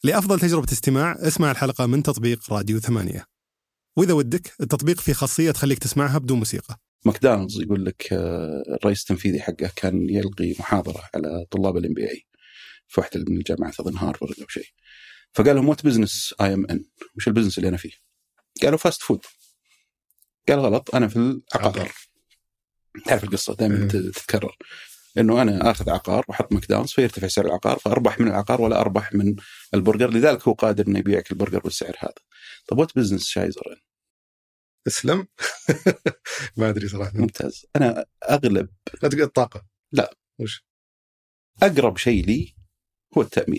لأفضل تجربة استماع اسمع الحلقة من تطبيق راديو 8. وإذا ودك التطبيق فيه خاصية تخليك تسمعها بدون موسيقى. ماكدونالدز يقول لك الرئيس التنفيذي حقه كان يلقي محاضرة على طلاب الMBA في واحدة من الجامعات أظن هارفارد أو شيء، فقال لهم what business I am in، وش البزنس اللي أنا فيه؟ قالوا فاست فود. قال غلط، أنا في العقار. تعرف القصة دائما تتكرر، إنه أنا آخذ عقار وحط ماكدونالدز فيرتفع سعر العقار فأربح من العقار ولا أربح من البرجر، لذلك هو قادر إنه يبيعك البرجر بالسعر هذا. طب what business شايزر؟ اسلم. ما أدري صراحة. ممتاز. أنا أغلب لا تقول الطاقة. لا، وش أقرب شيء لي هو التأمين.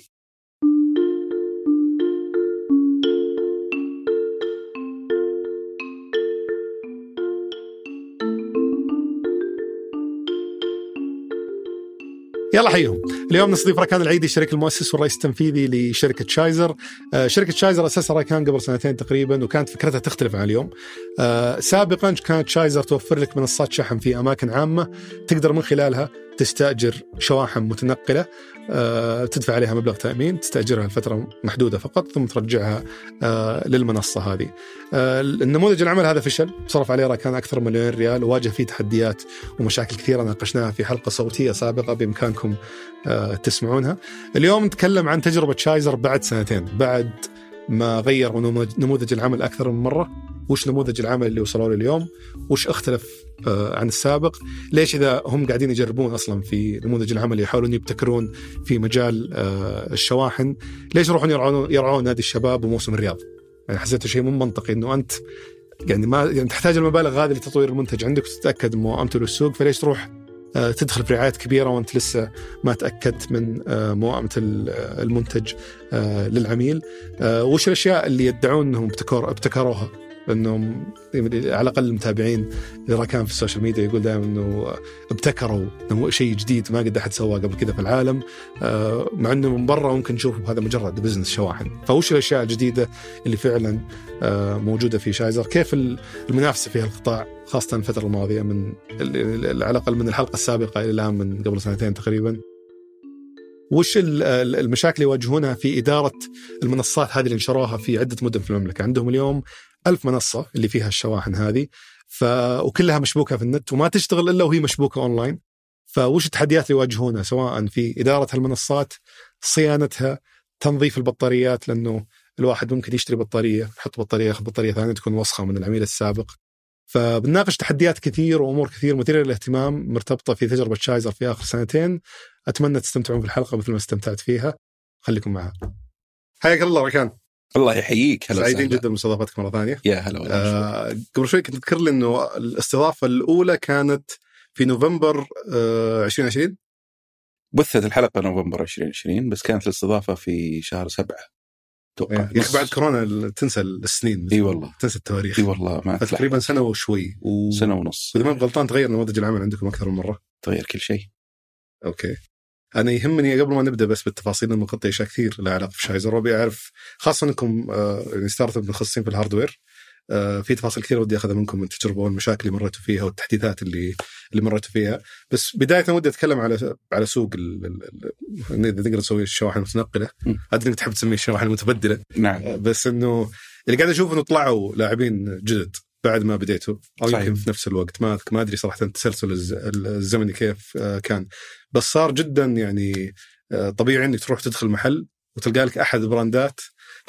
يلا حيهم. اليوم نستضيف ركان العيدي، الشريك المؤسس والرئيس التنفيذي لشركة شايزر. شركة شايزر أسسها ركان قبل 2 تقريبا، وكانت فكرتها تختلف عن اليوم. سابقا كانت شايزر توفر لك منصات شحن في أماكن عامة تقدر من خلالها تستأجر شواحن متنقلة، تدفع عليها مبلغ تأمين، تستأجرها لفترة محدودة فقط ثم ترجعها للمنصة هذه. النموذج العمل هذا فشل، صرف عليه ركان أكثر من $1,000,000 وواجه فيه تحديات ومشاكل كثيرة ناقشناها في حلقة صوتية سابقة بإمكانكم تسمعونها. اليوم نتكلم عن تجربة شايزر بعد 2 بعد ما غير نموذج العمل أكثر من مرة. وش نموذج العمل اللي وصلوا له اليوم؟ وش اختلف عن السابق؟ ليش إذا هم قاعدين يجربون أصلا في نموذج العمل يحاولون يبتكرون في مجال الشواحن، ليش يروحون يرعون نادي الشباب وموسم الرياض؟ يعني حسيت شيء مو منطقي إنه أنت يعني ما يعني تحتاج المبالغ هذه لتطوير المنتج عندك وتتأكد من موائمته للسوق، فليش تروح تدخل في رعايات كبيرة وأنت لسه ما تأكدت من موائمة المنتج للعميل؟ وش الأشياء اللي يدعون أنهم ابتكروها؟ لأنهم على الأقل المتابعين لركان في السوشيال ميديا يقول دائما أنه ابتكروا شيء جديد ما قد أحد سواه قبل كذا في العالم، مع أنه من برا ممكن نشوفه هذا مجرد بزنس شواحن. فوش الأشياء الجديدة اللي فعلا موجودة في شايزر؟ كيف المنافسة في القطاع خاصة الفترة الماضية من على الأقل من الحلقة السابقة إلى الآن من قبل 2 تقريبا؟ وش المشاكل اللي يواجهونها في إدارة المنصات هذه اللي نشروها في عدة مدن في المملكة؟ عندهم اليوم 1000 منصة اللي فيها الشواحن هذه، وكلها مشبوكة في النت وما تشتغل إلا وهي مشبوكة أونلاين. فوش التحديات اللي يواجهونها سواء في إدارة المنصات، صيانتها، تنظيف البطاريات، لأنه الواحد ممكن يشتري بطارية يحط بطارية ياخذ بطارية ثانية تكون وسخة من العميل السابق. فبنناقش تحديات كثير وأمور كثير مثيرة للاهتمام مرتبطة في تجربة شايزر في آخر 2. أتمنى تستمتعون في الحلقة مثل ما استمتعت فيها. خليكم معها. حياك الله ركان. الله يحييك. هلا سعيدين جدا باستضافتك مرة ثانية. يا هلا. قبل شوي كنت تذكر لي إنه الاستضافة الأولى كانت في نوفمبر 2020. بثت الحلقة نوفمبر 2020 بس كانت الاستضافة في شهر 7 توقع. يا أخي بعد كورونا تنسى السنين. اي والله تنسى التواريخ. اي والله ما تقريبا سنة وشوي سنة ونص. إذا ما غلطان تغير نموذج العمل عندكم أكثر من مرة. تغير كل شيء. أوكي. أنا يهمني قبل ما نبدأ بس بالتفاصيل المقطع أشياء كثير لها علاقة في شايزر، وأبي أعرف خاصة أنكم يعني ستارت اب متخصصين في الهاردوير، في تفاصيل كثير ودي أخذها منكم من تجربة والمشاكل اللي مريتوا فيها والتحديثات اللي مريتوا فيها. بس بداية ودي أتكلم على سوق إذا تقدر تسوي الشواحن المتنقلة. أدري إنك تحب تسميه الشواحن المتبدلة. نعم. بس إنه اللي قاعد أشوف إنه طلعوا لاعبين جدد بعد ما بديتوا أو صحيح. يمكن في نفس الوقت ما أدري صراحة التسلسل الزمني كيف كان، بس صار جدا يعني طبيعي إنك تروح تدخل محل وتلقى لك أحد براندات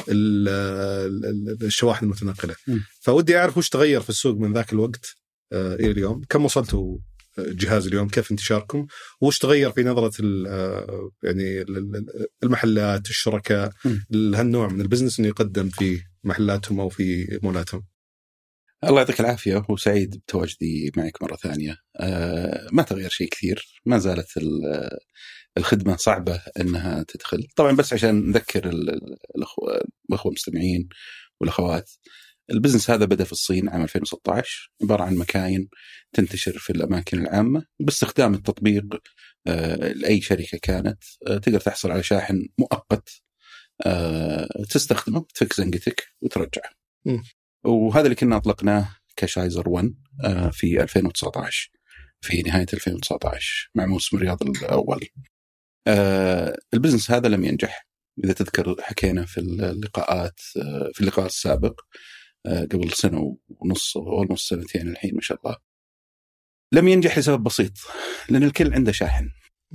الشواحن المتنقلة. فودي أعرف وش تغير في السوق من ذاك الوقت إلى اليوم، كم وصلتوا جهاز اليوم، كيف انتشاركم، وش تغير في نظرة يعني المحلات الشركاء لهالنوع من البزنس إنه يقدم في محلاتهم أو في مولاتهم. الله يعطيك العافية وسعيد بتواجدي معك مرة ثانية. ما تغير شيء كثير، ما زالت الخدمة صعبة أنها تدخل. طبعا بس عشان نذكر الأخوة المستمعين والأخوات، البزنس هذا بدأ في الصين عام 2016، عبارة عن مكاين تنتشر في الأماكن العامة باستخدام التطبيق. لأي شركة كانت تقدر تحصل على شاحن مؤقت تستخدمه تفك زنقتك وترجعه. وهذا اللي كنا أطلقناه كشايزر 1 في 2019 في نهاية 2019 مع موسم الرياض الأول. البزنس هذا لم ينجح إذا تذكر حكينا في اللقاءات في اللقاء السابق قبل سنة ونص أو نص سنتين الحين ما شاء الله. لم ينجح لسبب بسيط، لأن الكل عنده شاحن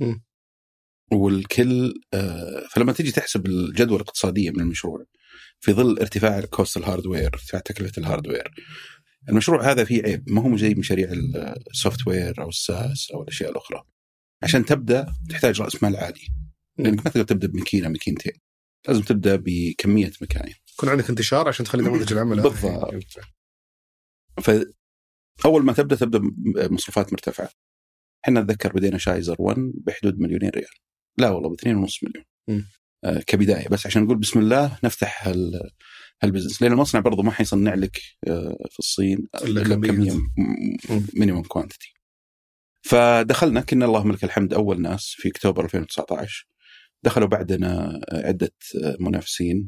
والكل فلما تيجي تحسب الجدوى الاقتصادية من المشروع في ظل ارتفاع كوست الهاردوير، ارتفاع تكلفة الهاردوير، المشروع هذا فيه عيب، ما هو زي مشاريع السوفت وير أو الساس أو الأشياء الأخرى. عشان تبدأ تحتاج رأس مال عالي، لأنك ما تقدر تبدأ بمكينة مكينتين، لازم تبدأ بكمية مكاين، يكون عندك انتشار عشان تخلي نموذج العمل. بالضبط. فأول ما تبدأ بمصروفات مرتفعة. حنا نتذكر بدينا شايزر 1 بحدود $2 مليون، لا والله ب2.5 مليون كبداية، بس عشان نقول بسم الله نفتح هالبزنس، لأن المصنع برضو ما حيصنع لك في الصين إلا كمية مينيمم كوانتيتي. فدخلنا، كنا اللهم لك الحمد أول ناس في أكتوبر 2019. دخلوا بعدنا عدة منافسين،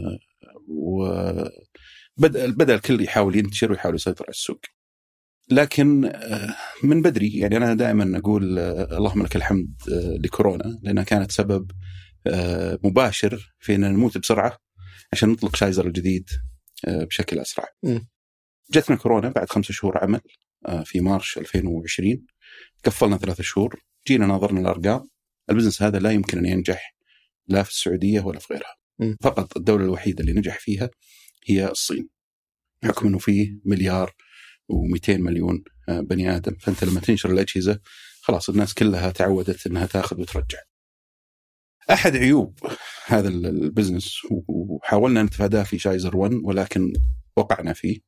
وبدأ الكل يحاول ينتشر ويحاول يسيطر على السوق. لكن من بدري، يعني أنا دائما أقول اللهم لك الحمد لكورونا، لأنها كانت سبب مباشر في أن نموت بسرعة عشان نطلق شايزر الجديد بشكل أسرع. جتنا كورونا بعد 5 شهور عمل في مارش 2020، قفلنا 3 شهور، جينا ناظرنا الأرقام، البزنس هذا لا يمكن أن ينجح لا في السعودية ولا في غيرها. فقط الدولة الوحيدة اللي نجح فيها هي الصين، حكم أنه فيه 1,200 مليون بني آدم. فأنت لما تنشر الأجهزة خلاص الناس كلها تعودت أنها تأخذ وترجع. أحد عيوب هذا البزنس وحاولنا نتفاداه في شايزر 1 ولكن وقعنا فيه،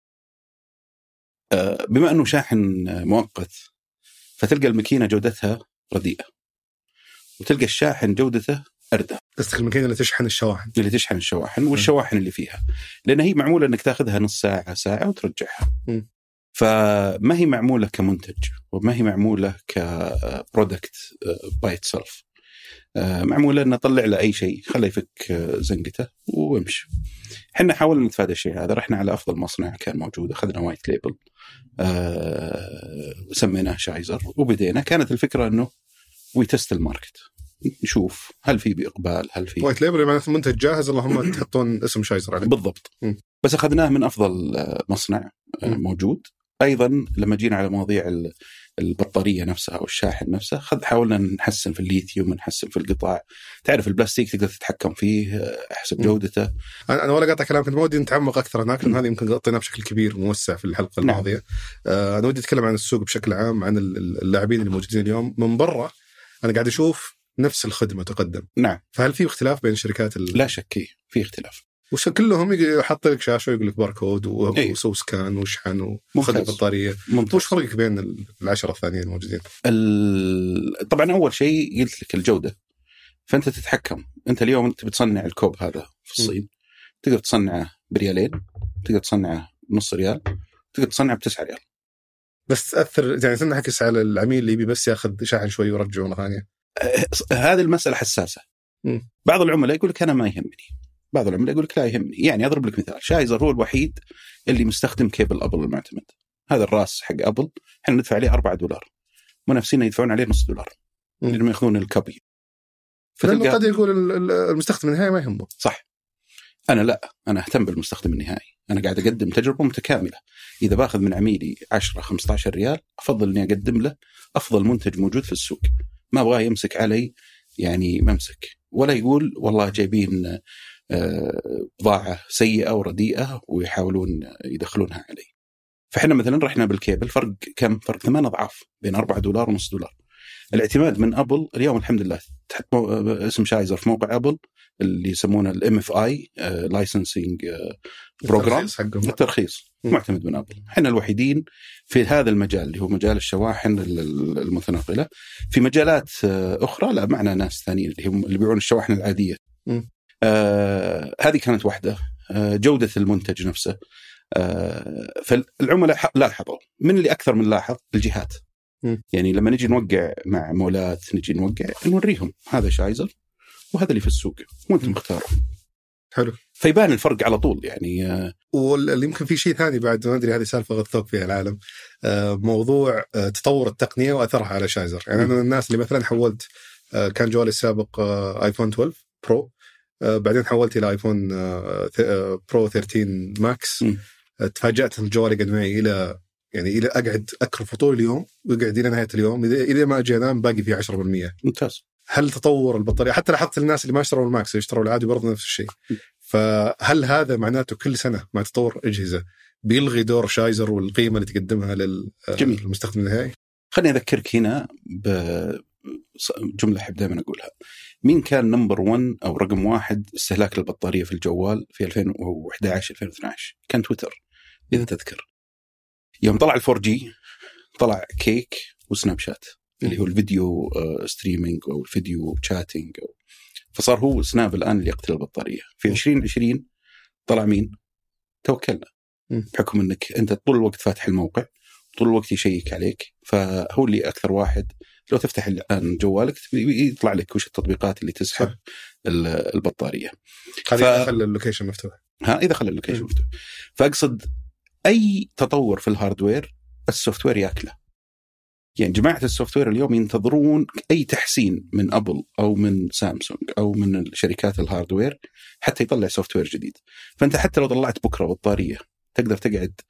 بما أنه شاحن مؤقت فتلقى الماكينة جودتها رديئة وتلقى الشاحن جودته أردى. قصدك الماكينة اللي تشحن الشواحن، اللي تشحن الشواحن والشواحن اللي فيها، لأن هي معمولة أنك تأخذها نص ساعة ساعة وترجعها. فما هي معمولة كمنتج وما هي معمولة كبرودكت باي اتسلف، معمولة أن نطلع له أي شيء خليه يفك زنقته ويمشي. حنا حاولنا نتفادى الشيء هذا، رحنا على أفضل مصنع كان موجود، أخذنا وايت ليبل سميناه شايزر وبدينا. كانت الفكرة أنه ويتست الماركت، نشوف هل في بإقبال، هل في وايت ليبل يعني منتج جاهز اللهم تحطون اسم شايزر عليه. بالضبط. بس أخذناه من أفضل مصنع موجود. أيضا لما جينا على مواضيع البطارية نفسها أو الشاحن نفسه، حاولنا نحسن في الليثيوم، نحسن في القطاع. تعرف البلاستيك تقدر تتحكم فيه حسب جودته. أنا ولا قاطع كلام، كنت ودي نتعمق أكثر هناك، لأن هذه يمكن غطينا بشكل كبير وموسع في الحلقة الماضية. أنا ودي أتكلم عن السوق بشكل عام، عن اللاعبين اللي موجودين اليوم من برا. أنا قاعد أشوف نفس الخدمة تقدم. نعم. فهل في اختلاف بين الشركات؟ لا شك في اختلاف. وش كلهم يحط لك شاشة ويقول لك باركود وسو سكان وشحن وخذ البطارية. وش فرقك بين 10 الثانيين الموجودين؟ طبعا أول شيء قلت لك الجودة. فأنت تتحكم. أنت اليوم أنت بتصنع الكوب هذا في الصين، تقدر تصنعه ب2 تقدر تصنعه بنص ريال، تقدر تصنعه ب9 ريال. بس تأثر يعني تنعكس على العميل اللي يبي بس ياخذ شاحن شوي ويرجعه مرة ثانية. هذه المسألة حساسة. بعض العملاء يقول لك أنا ما يهمني، بعض العملاء يقول لك لا يهمني. يعني أضرب لك مثال، شايزر هو الوحيد اللي مستخدم كيبل أبل المعتمد. هذا الراس حق أبل احنا ندفع عليه $4، منافسين يدفعون عليه $0.5 لأنهم يأخذون الكوبي. فلأنه قد يقول المستخدم النهائي ما يهمه. صح. أنا لا، أنا أهتم بالمستخدم النهائي. أنا قاعد أقدم تجربة متكاملة. إذا باخذ من عميلي 10-15 ريال، أفضل إني أقدم له أفضل منتج موجود في السوق. ما أبغاه يمسك علي يعني ممسك، ولا يقول والله جايبين بضاعة سيئة ورديئة ويحاولون يدخلونها علي. فإحنا مثلا رحنا بالكيبل، فرق كم؟ فرق 8 أضعاف بين $4 و$0.5. الاعتماد من أبل اليوم الحمد لله، تحط اسم شايزر في موقع أبل اللي يسمونه MFI لايسنسينج بروجرام، الترخيص معتمد من أبل. احنا الوحيدين في هذا المجال اللي هو مجال الشواحن المتنقلة. في مجالات أخرى لا، معنا ناس ثانيين اللي هم اللي بيعون الشواحن العادية. هذه كانت واحدة. جودة المنتج نفسه، فالعملاء لاحظوا. من اللي أكثر من لاحظ الجهات. يعني لما نجي نوقع مع مولات، نجي نوقع نوريهم هذا شايزر وهذا اللي في السوق وانتم اختاروا. حلو. فيبان الفرق على طول يعني. واللي يمكن في شيء ثاني بعد، ما أدري هذه سالفة غثوك فيها العالم، موضوع تطور التقنية وأثرها على شايزر. يعني أنا الناس اللي مثلا حولت، كان جوالي السابق آيفون 12 برو، بعدين حولت الى ايفون برو 13 ماكس. تفاجأت ان الجوال يقعد معي الى اقعد اكرف طول اليوم ويقعد الى نهايه اليوم، اذا ما اجي انام باقي فيه 10%. ممتاز. هل تطور البطاريه؟ حتى لاحظت الناس اللي ما اشتروا الماكس يشتروا العادي برضه نفس الشيء. فهل هذا معناته كل سنه مع تطور اجهزه بيلغي دور شايزر والقيمه اللي تقدمها للمستخدم النهائي؟ خليني اذكرك هنا بجمله احب دائما اقولها. مين كان نمبر 1 او رقم 1 استهلاك البطاريه في الجوال في 2011 2012؟ كان تويتر، اذا تذكر. يوم طلع الفور جي طلع كيك وسناب شات اللي هو الفيديو ستريمينج او الفيديو شاتينج، فصار هو سناب الان اللي يقتل البطاريه. في 2020 طلع مين؟ توكلنا، بحكم انك انت طول الوقت فاتح الموقع طول الوقت يشيك عليك، فهو اللي اكثر واحد لو تفتح الان جوالك يطلع لك وش التطبيقات اللي تسحب البطاريه. هذا خلى اللوكيشن مفتوح. اذا خلى اللوكيشن مفتوح. فاقصد اي تطور في الهاردوير السوفت وير ياكله. يعني جماعه السوفت وير اليوم ينتظرون اي تحسين من ابل او من سامسونج او من شركات الهاردوير حتى يطلع سوفت وير جديد. فانت حتى لو طلعت بكره بطاريه تقدر تقعد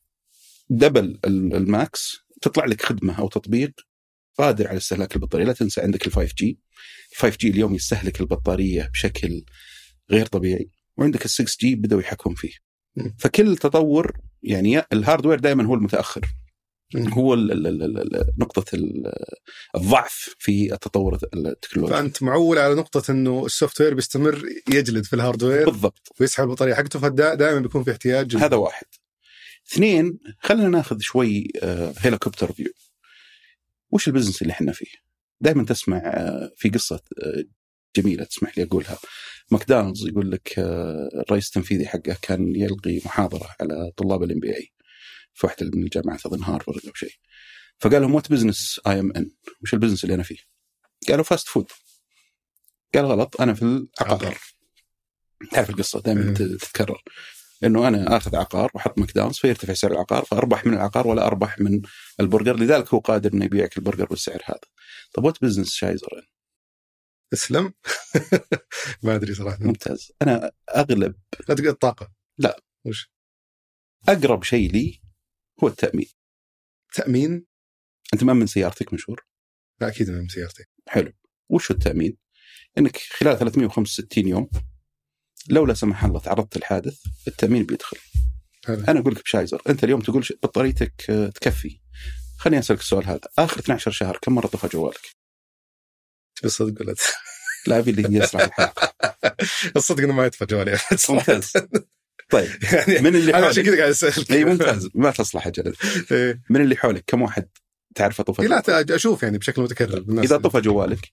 دبل الماكس، تطلع لك خدمه او تطبيق قادر على استهلاك البطاريه. لا تنسى عندك ال5G اليوم يستهلك البطاريه بشكل غير طبيعي، وعندك ال6G بدأوا يحكم فيه. فكل تطور يعني الهاردوير دائما هو المتأخر، هو نقطة الضعف في التطور التكنولوجي. فأنت معول على نقطة أنه السوفت وير بيستمر يجلد في الهاردوير بالضبط ويسحب البطارية حقته، فدائما بيكون في احتياج. هذا واحد. 2 خلينا ناخذ شوي هيليكوبتر فيو. وش البزنس اللي احنا فيه؟ دائما تسمع في قصة جميلة تسمح لي أقولها. ماكدونالدز يقول لك الرئيس التنفيذي حقه كان يلقي محاضرة على طلاب الMBA في واحدة من الجامعات أظن هارفارد أو شيء، فقال لهم وات بزنس اي ام ان، وش البزنس اللي أنا فيه؟ قالوا فاست فود. قال غلط، أنا في العقار. تعرف القصة دائما تتكرر، إنه أنا آخذ عقار وأحط ماكدونالدز فيرتفع سعر العقار فأربح من العقار ولا أربح من البرجر، لذلك هو قادر إنه يبيعك البرجر بالسعر هذا. طب وات بزنس شايزر؟ اسلم. ما أدري صراحة. ممتاز. أنا أغلب لا تقول الطاقة. لا، وش أقرب شيء لي هو التأمين. تأمين؟ أنت مأمن سيارتك مشهور؟ لا أكيد مأمن سيارتي. حلو. وش التأمين؟ إنك خلال 365 يوم لو لا سمح الله تعرضت الحادث التأمين بيدخل. أنا أقول لك بشايزر، أنت اليوم تقول بطاريتك تكفي. خليني أسألك السؤال هذا، آخر 12 شهر كم مرة طفى جوالك؟ بالصدق قلت لا أبي اللي يسمع الحلقة. الصدق إنه ما يطفى جوالي. ممتاز. طيب يعني من اللي حولك كذا قاعد أسألك. أي ممتاز، ما تصلح أجل. من اللي حولك كم واحد تعرف طفى؟ لا أشوف يعني بشكل متكرر. إذا طفى جوالك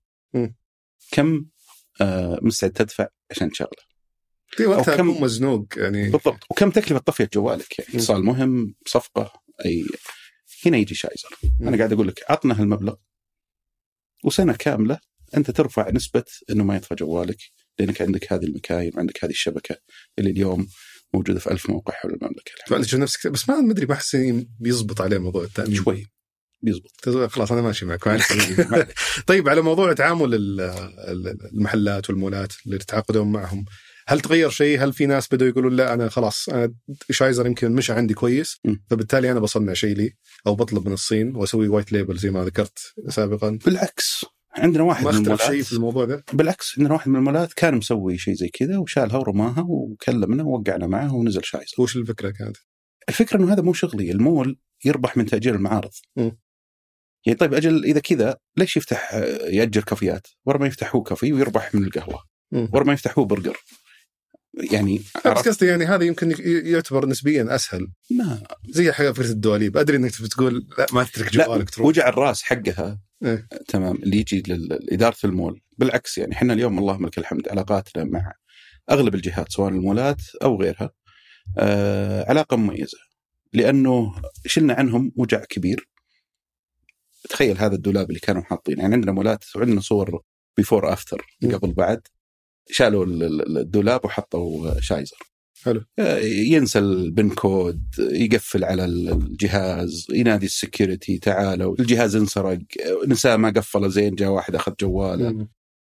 كم مستعد تدفع عشان تشغله؟ في وقتها كم مزنوق يعني. بالضبط. وكم تكلفة طفية جوالك؟ يعني اتصال مهم، صفقة، أي. هنا يجي شايزر. أنا قاعد أقول لك عطنا هالمبلغ وسنة كاملة أنت ترفع نسبة إنه ما يطفى جوالك، لأنك عندك هذه المكاين وعندك هذه الشبكة اللي اليوم موجودة في 1000 موقع حول المملكة. فأنت نفسك بس ما أدري بحس بيزبط عليه موضوع التأمين شوي بيزبط. خلاص أنا ماشي معك. طيب على موضوع تعامل المحلات والمولات اللي تتعاقدون معهم، هل تغير شيء؟ هل في ناس بدأوا يقولوا لا أنا خلاص أنا شايزر يمكن مش عندي كويس فبالتالي أنا بصنع شيء لي أو بطلب من الصين وأسوي وايت ليبل زي ما ذكرت سابقا؟ بالعكس، عندنا واحد من المولات شيء في الموضوع ده. بالعكس، عندنا واحد من المولات كان مسوي شيء زي كذا وشالها ورماها وكلمنا ووقعنا معه ونزل شايزر. وش الفكرة كانت؟ الفكرة إنه هذا مو شغلي، المول يربح من تأجير المعارض. يعني طيب أجل إذا كذا ليش يفتح يأجر كافيات ورا ما يفتح هو كافي ويربح من القهوة ورا ما يفتح هو برجر؟ يعني بس قصدي يعني هذا يمكن يعتبر نسبيا أسهل. ما زي حاجة فكرة الدواليب. أدري إنك بتقول لا ما تترك جوالك تروح. وجع الراس حقها تمام اللي يجي لإدارة المول. بالعكس يعني إحنا اليوم اللهم لك الحمد علاقاتنا مع أغلب الجهات سواء المولات أو غيرها علاقة مميزة، لأنه شلنا عنهم وجع كبير. تخيل هذا الدولاب اللي كانوا حاطين، يعني عندنا مولات وعندنا صور بيفور أفتر قبل بعد، شالوا الدولاب وحطوا شايزر. حلو. ينسى البن كود، يقفل على الجهاز، ينادي السكيورتي تعالوا، الجهاز انسرق، نساه ما قفله زين، جاء واحد أخذ جواله.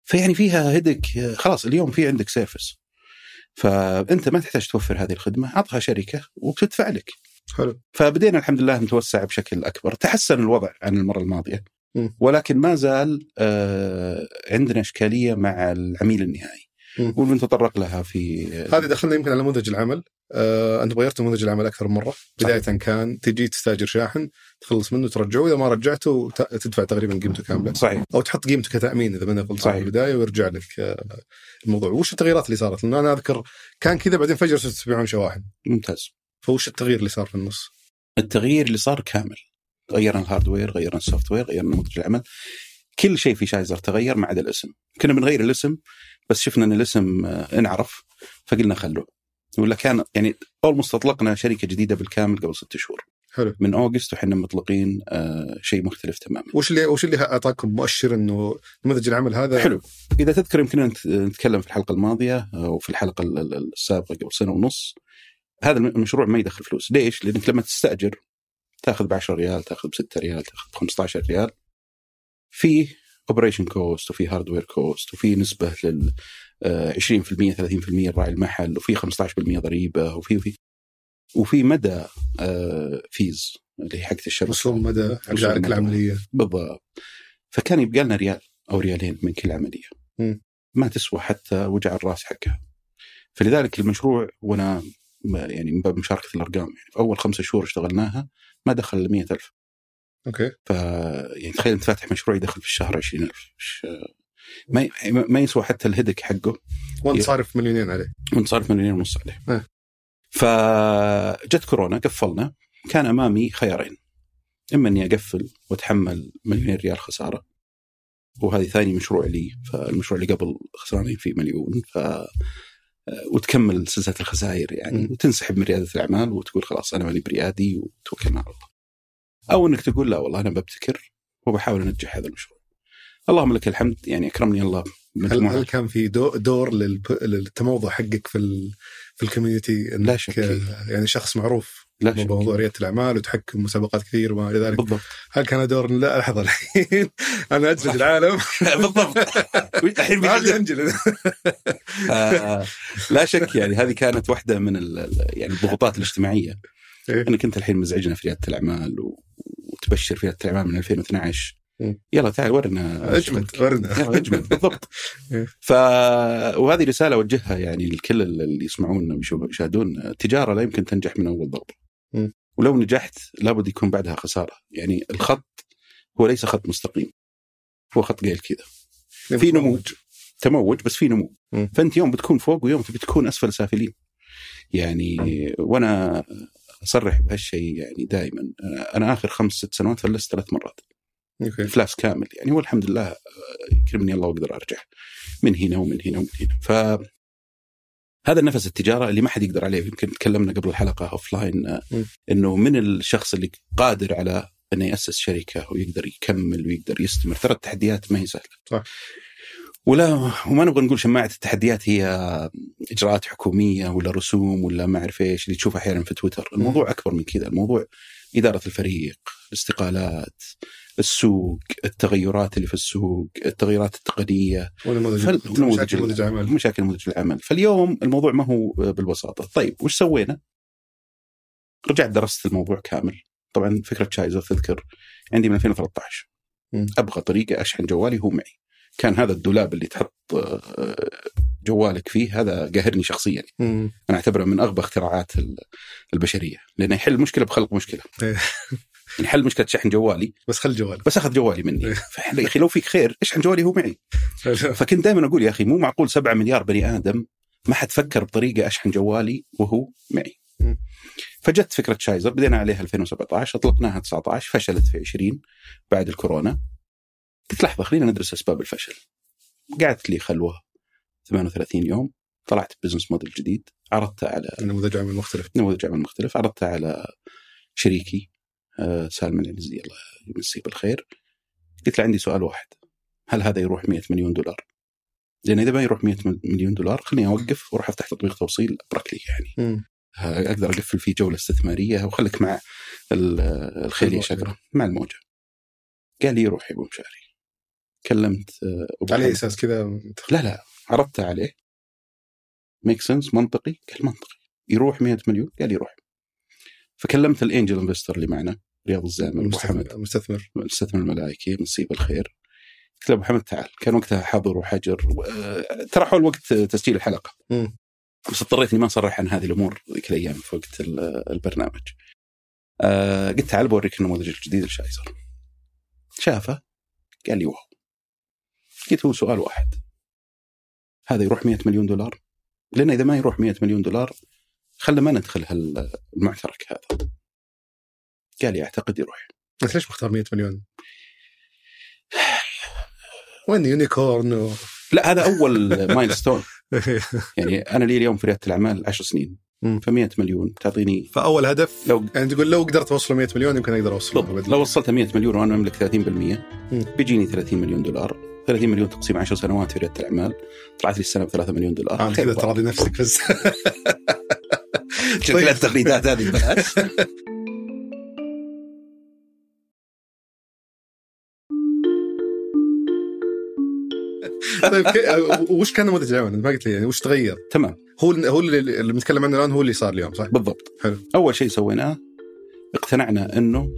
فيعني فيها هدك خلاص اليوم في عندك سيرفس، فأنت ما تحتاج توفر هذه الخدمة، عطها شركة وبتدفع لك. حلو. فبدينا الحمد لله نتوسع بشكل أكبر، تحسن الوضع عن المرة الماضية، ولكن ما زال عندنا إشكالية مع العميل النهائي ونتطرق لها في هذه. دخلنا يمكن على نموذج العمل. أنت غيرت نموذج العمل أكثر من مرة. بداية كان تجي تستأجر شاحن، تخلص منه ترجعه، إذا ما رجعته تدفع تقريبا قيمته كاملة. صحيح. أو تحط قيمته كتأمين إذا بدنا نقول صحيح البداية، ويرجع لك الموضوع. وش التغييرات اللي صارت؟ لأن أنا أذكر كان كذا، بعدين فجأة صرت تبيعون شواحن. ممتاز. فوش التغيير اللي صار في النص؟ التغيير اللي صار كامل، غيرنا الهاردوير، غيرنا السوفت وير، غيرنا نموذج العمل، كل شيء في شايزر تغير ما عدا الاسم. كنا بنغير الاسم بس شفنا ان الاسم انعرف فقلنا خلوه. ولا كان يعني اول مستطلقنا شركه جديده بالكامل قبل 6 شهور. حلو. من اوغست وحنا مطلقين شيء مختلف تماما. وش اللي اعطاكم مؤشر انه نموذج العمل هذا حلو؟ اذا تذكر يمكن نتكلم في الحلقه الماضيه وفي الحلقه السابقه قبل سنه ونص، هذا المشروع ما يدخل فلوس. ليش؟ لانك لما تستاجر تاخذ ب10 ريال، تاخذ ب6 ريال، تاخذ ب15 ريال، في اوبريشن كوست وفي هاردوير كوست وفي نسبه لل 20% 30% راعي المحل، وفي 15% ضريبه، وفي مدى فيز اللي حقة الشركه، رسوم مدى حق العمليه بالضبط. فكان يبقى لنا ريال او ريالين من كل عمليه، ما تسوى حتى وجع الراس حقها. فلذلك المشروع، وانا يعني من باب مشاركه الارقام، يعني في اول 5 شهور اشتغلناها ما دخل 100,000. اوكي. يعني تخيل انت فاتح مشروع يدخل في الشهر 20,000، ما يسوى حتى الهدك حقه، وانت صارف مليونين عليه، وانت صارف 1.5 مليون عليه. فجت كورونا، قفلنا. كان امامي خيارين، اما اني اقفل واتحمل 2,000,000 ريال خساره، وهذه ثاني مشروع لي، فالمشروع اللي قبل خسرانين فيه 1,000,000، وتكمل سلسله الخسائر يعني، وتنسحب من رياده الاعمال وتقول خلاص انا ماني بريادي وتوكلنا على الله. أو أنك تقول لا والله أنا ببتكر وبحاول أنجح هذا المشروع. اللهم لك الحمد، يعني أكرمني الله. هل كان في دور للتموضع حقك في الكوميونتي؟ لا شك. يعني شخص معروف بموضوع ريادة الأعمال وتحكم مسابقات كثير وما إلى ذلك. بالضبط. هل كان دور لا لحظة الحين أنا أجلد العالم؟ بالضبط. الحين بيجلد. لا شك، يعني هذه كانت واحدة من يعني الضغوطات الاجتماعية. أنك أنت الحين مزعجنا في ريادة الأعمال وتبشر في ريادة الأعمال من 2012. يلا تعال ورنا أجمل. بالضبط. وهذه رسالة أوجهها يعني لكل اللي يسمعون ويشاهدون. التجارة لا يمكن تنجح من أول ضربة، ولو نجحت لابد يكون بعدها خسارة. يعني الخط هو ليس خط مستقيم، هو خط قيل كذا، في نموج تموج بس في نمو. فأنت يوم بتكون فوق ويوم بتكون أسفل سافلين يعني. وأنا أصرح بهالشيء يعني دائما. أنا آخر 5-6 سنوات فلست 3 مرات إفلاس كامل يعني، والحمد لله يكرمني الله وأقدر أرجع من هنا ومن هنا ومن هنا. فهذا النفس التجارة اللي ما حد يقدر عليه. يمكن تكلمنا قبل الحلقة أوفلاين إنه من الشخص اللي قادر على أنه يأسس شركة ويقدر يكمل ويقدر يستمر. ترى التحديات ما هي سهلة صح. وما نبغى نقول شماعة التحديات هي إجراءات حكومية ولا رسوم ولا ما أعرف إيش اللي تشوفها أحيانا في تويتر. الموضوع أكبر من كذا. الموضوع إدارة الفريق، الاستقالات، السوق، التغيرات اللي في السوق، التغيرات التقنية، مشاكل نموذج العمل. فاليوم الموضوع ما هو بالبساطة. طيب وش سوينا؟ رجعت درست الموضوع كامل. طبعا فكرة شايزر تذكر عندي من 2013 أبغى طريقة أشحن جوالي هو معي. كان هذا الدولاب اللي تحط جوالك فيه هذا قاهرني شخصيا. أنا أعتبره من أغبى اختراعات البشرية، لأنه يحل مشكلة بخلق مشكلة. يعني حل مشكلة شحن جوالي بس خل جوالي، بس أخذ جوالي مني. يا أخي لو فيك خير اشحن جوالي هو معي. فكنت دائما أقول يا أخي مو معقول 7 مليار بني آدم ما حد فكر بطريقة أشحن جوالي وهو معي. فجت فكرة شايزر، بدينا عليها 2017، أطلقناها 19، فشلت في 20 بعد الكورونا. قلت لحظة خلينا ندرس أسباب الفشل. قعدت لي خلوة 38 يوم، طلعت بزنس موديل جديد، عرضتها على نموذج عمل مختلف، عرضتها على شريكي سالم العنزي الله يمسيه بالخير. قلت له عندي سؤال واحد، هل هذا يروح 100 مليون دولار؟ لأن إذا ما يروح 100 مليون دولار خليني أوقف وأروح أفتح تطبيق توصيل أبرك لي يعني. أقدر أقفل فيه جولة استثمارية وخليك مع الخيلية شكرا مع الموجة. قال لي يروح يا أبو مشاري. كلمت على اساس كذا؟ لا عرضتها عليه ميك سنس، منطقي؟ قال منطقي. يروح 100 مليون؟ قال يروح. فكلمت الانجل انفستر اللي معنا رياض الزامل، ابو حمد، مستثمر الملائكي، نصيب الخير. قلت له ابو حمد تعال، كان وقتها حظر وحجر، ترى حول وقت تسجيل الحلقه، بس اضطريت اني ما اصرح عن هذه الامور ذيك الايام في وقت البرنامج. قلت تعال بوريك النموذج الجديد لشايزر. شافه قال لي واو. قلت هو سؤال واحد، هذا يروح 100 مليون دولار؟ لأن إذا ما يروح 100 مليون دولار خلنا ما ندخل المعترك هذا. قال لي أعتقد يروح. بس ليش مختار 100 مليون؟ وين يونيكورن لا هذا أول مايلستون. يعني أنا لي اليوم في ريادة الأعمال 10 سنين، ف100 مليون تعطيني فأول هدف. يعني تقول لو قدرت أوصل 100 مليون يمكن أقدر أوصل. لو وصلت 100 مليون وأنا أملك 30% بيجيني 30 مليون دولار. 30 مليون تقسيم 10 سنوات في ريادة الأعمال طلعت لي السنة ب3 مليون دولار. كذا تراضي نفسك بس. شوف كل التغريدات هذه بلاش. طيب وش كان نموذج العمل؟ ما قلت لي يعني وش تغير؟ تمام. هو اللي بنتكلم عنه الآن هو اللي صار اليوم، صح؟ بالضبط. حلو. أول شيء سويناه اقتنعنا إنه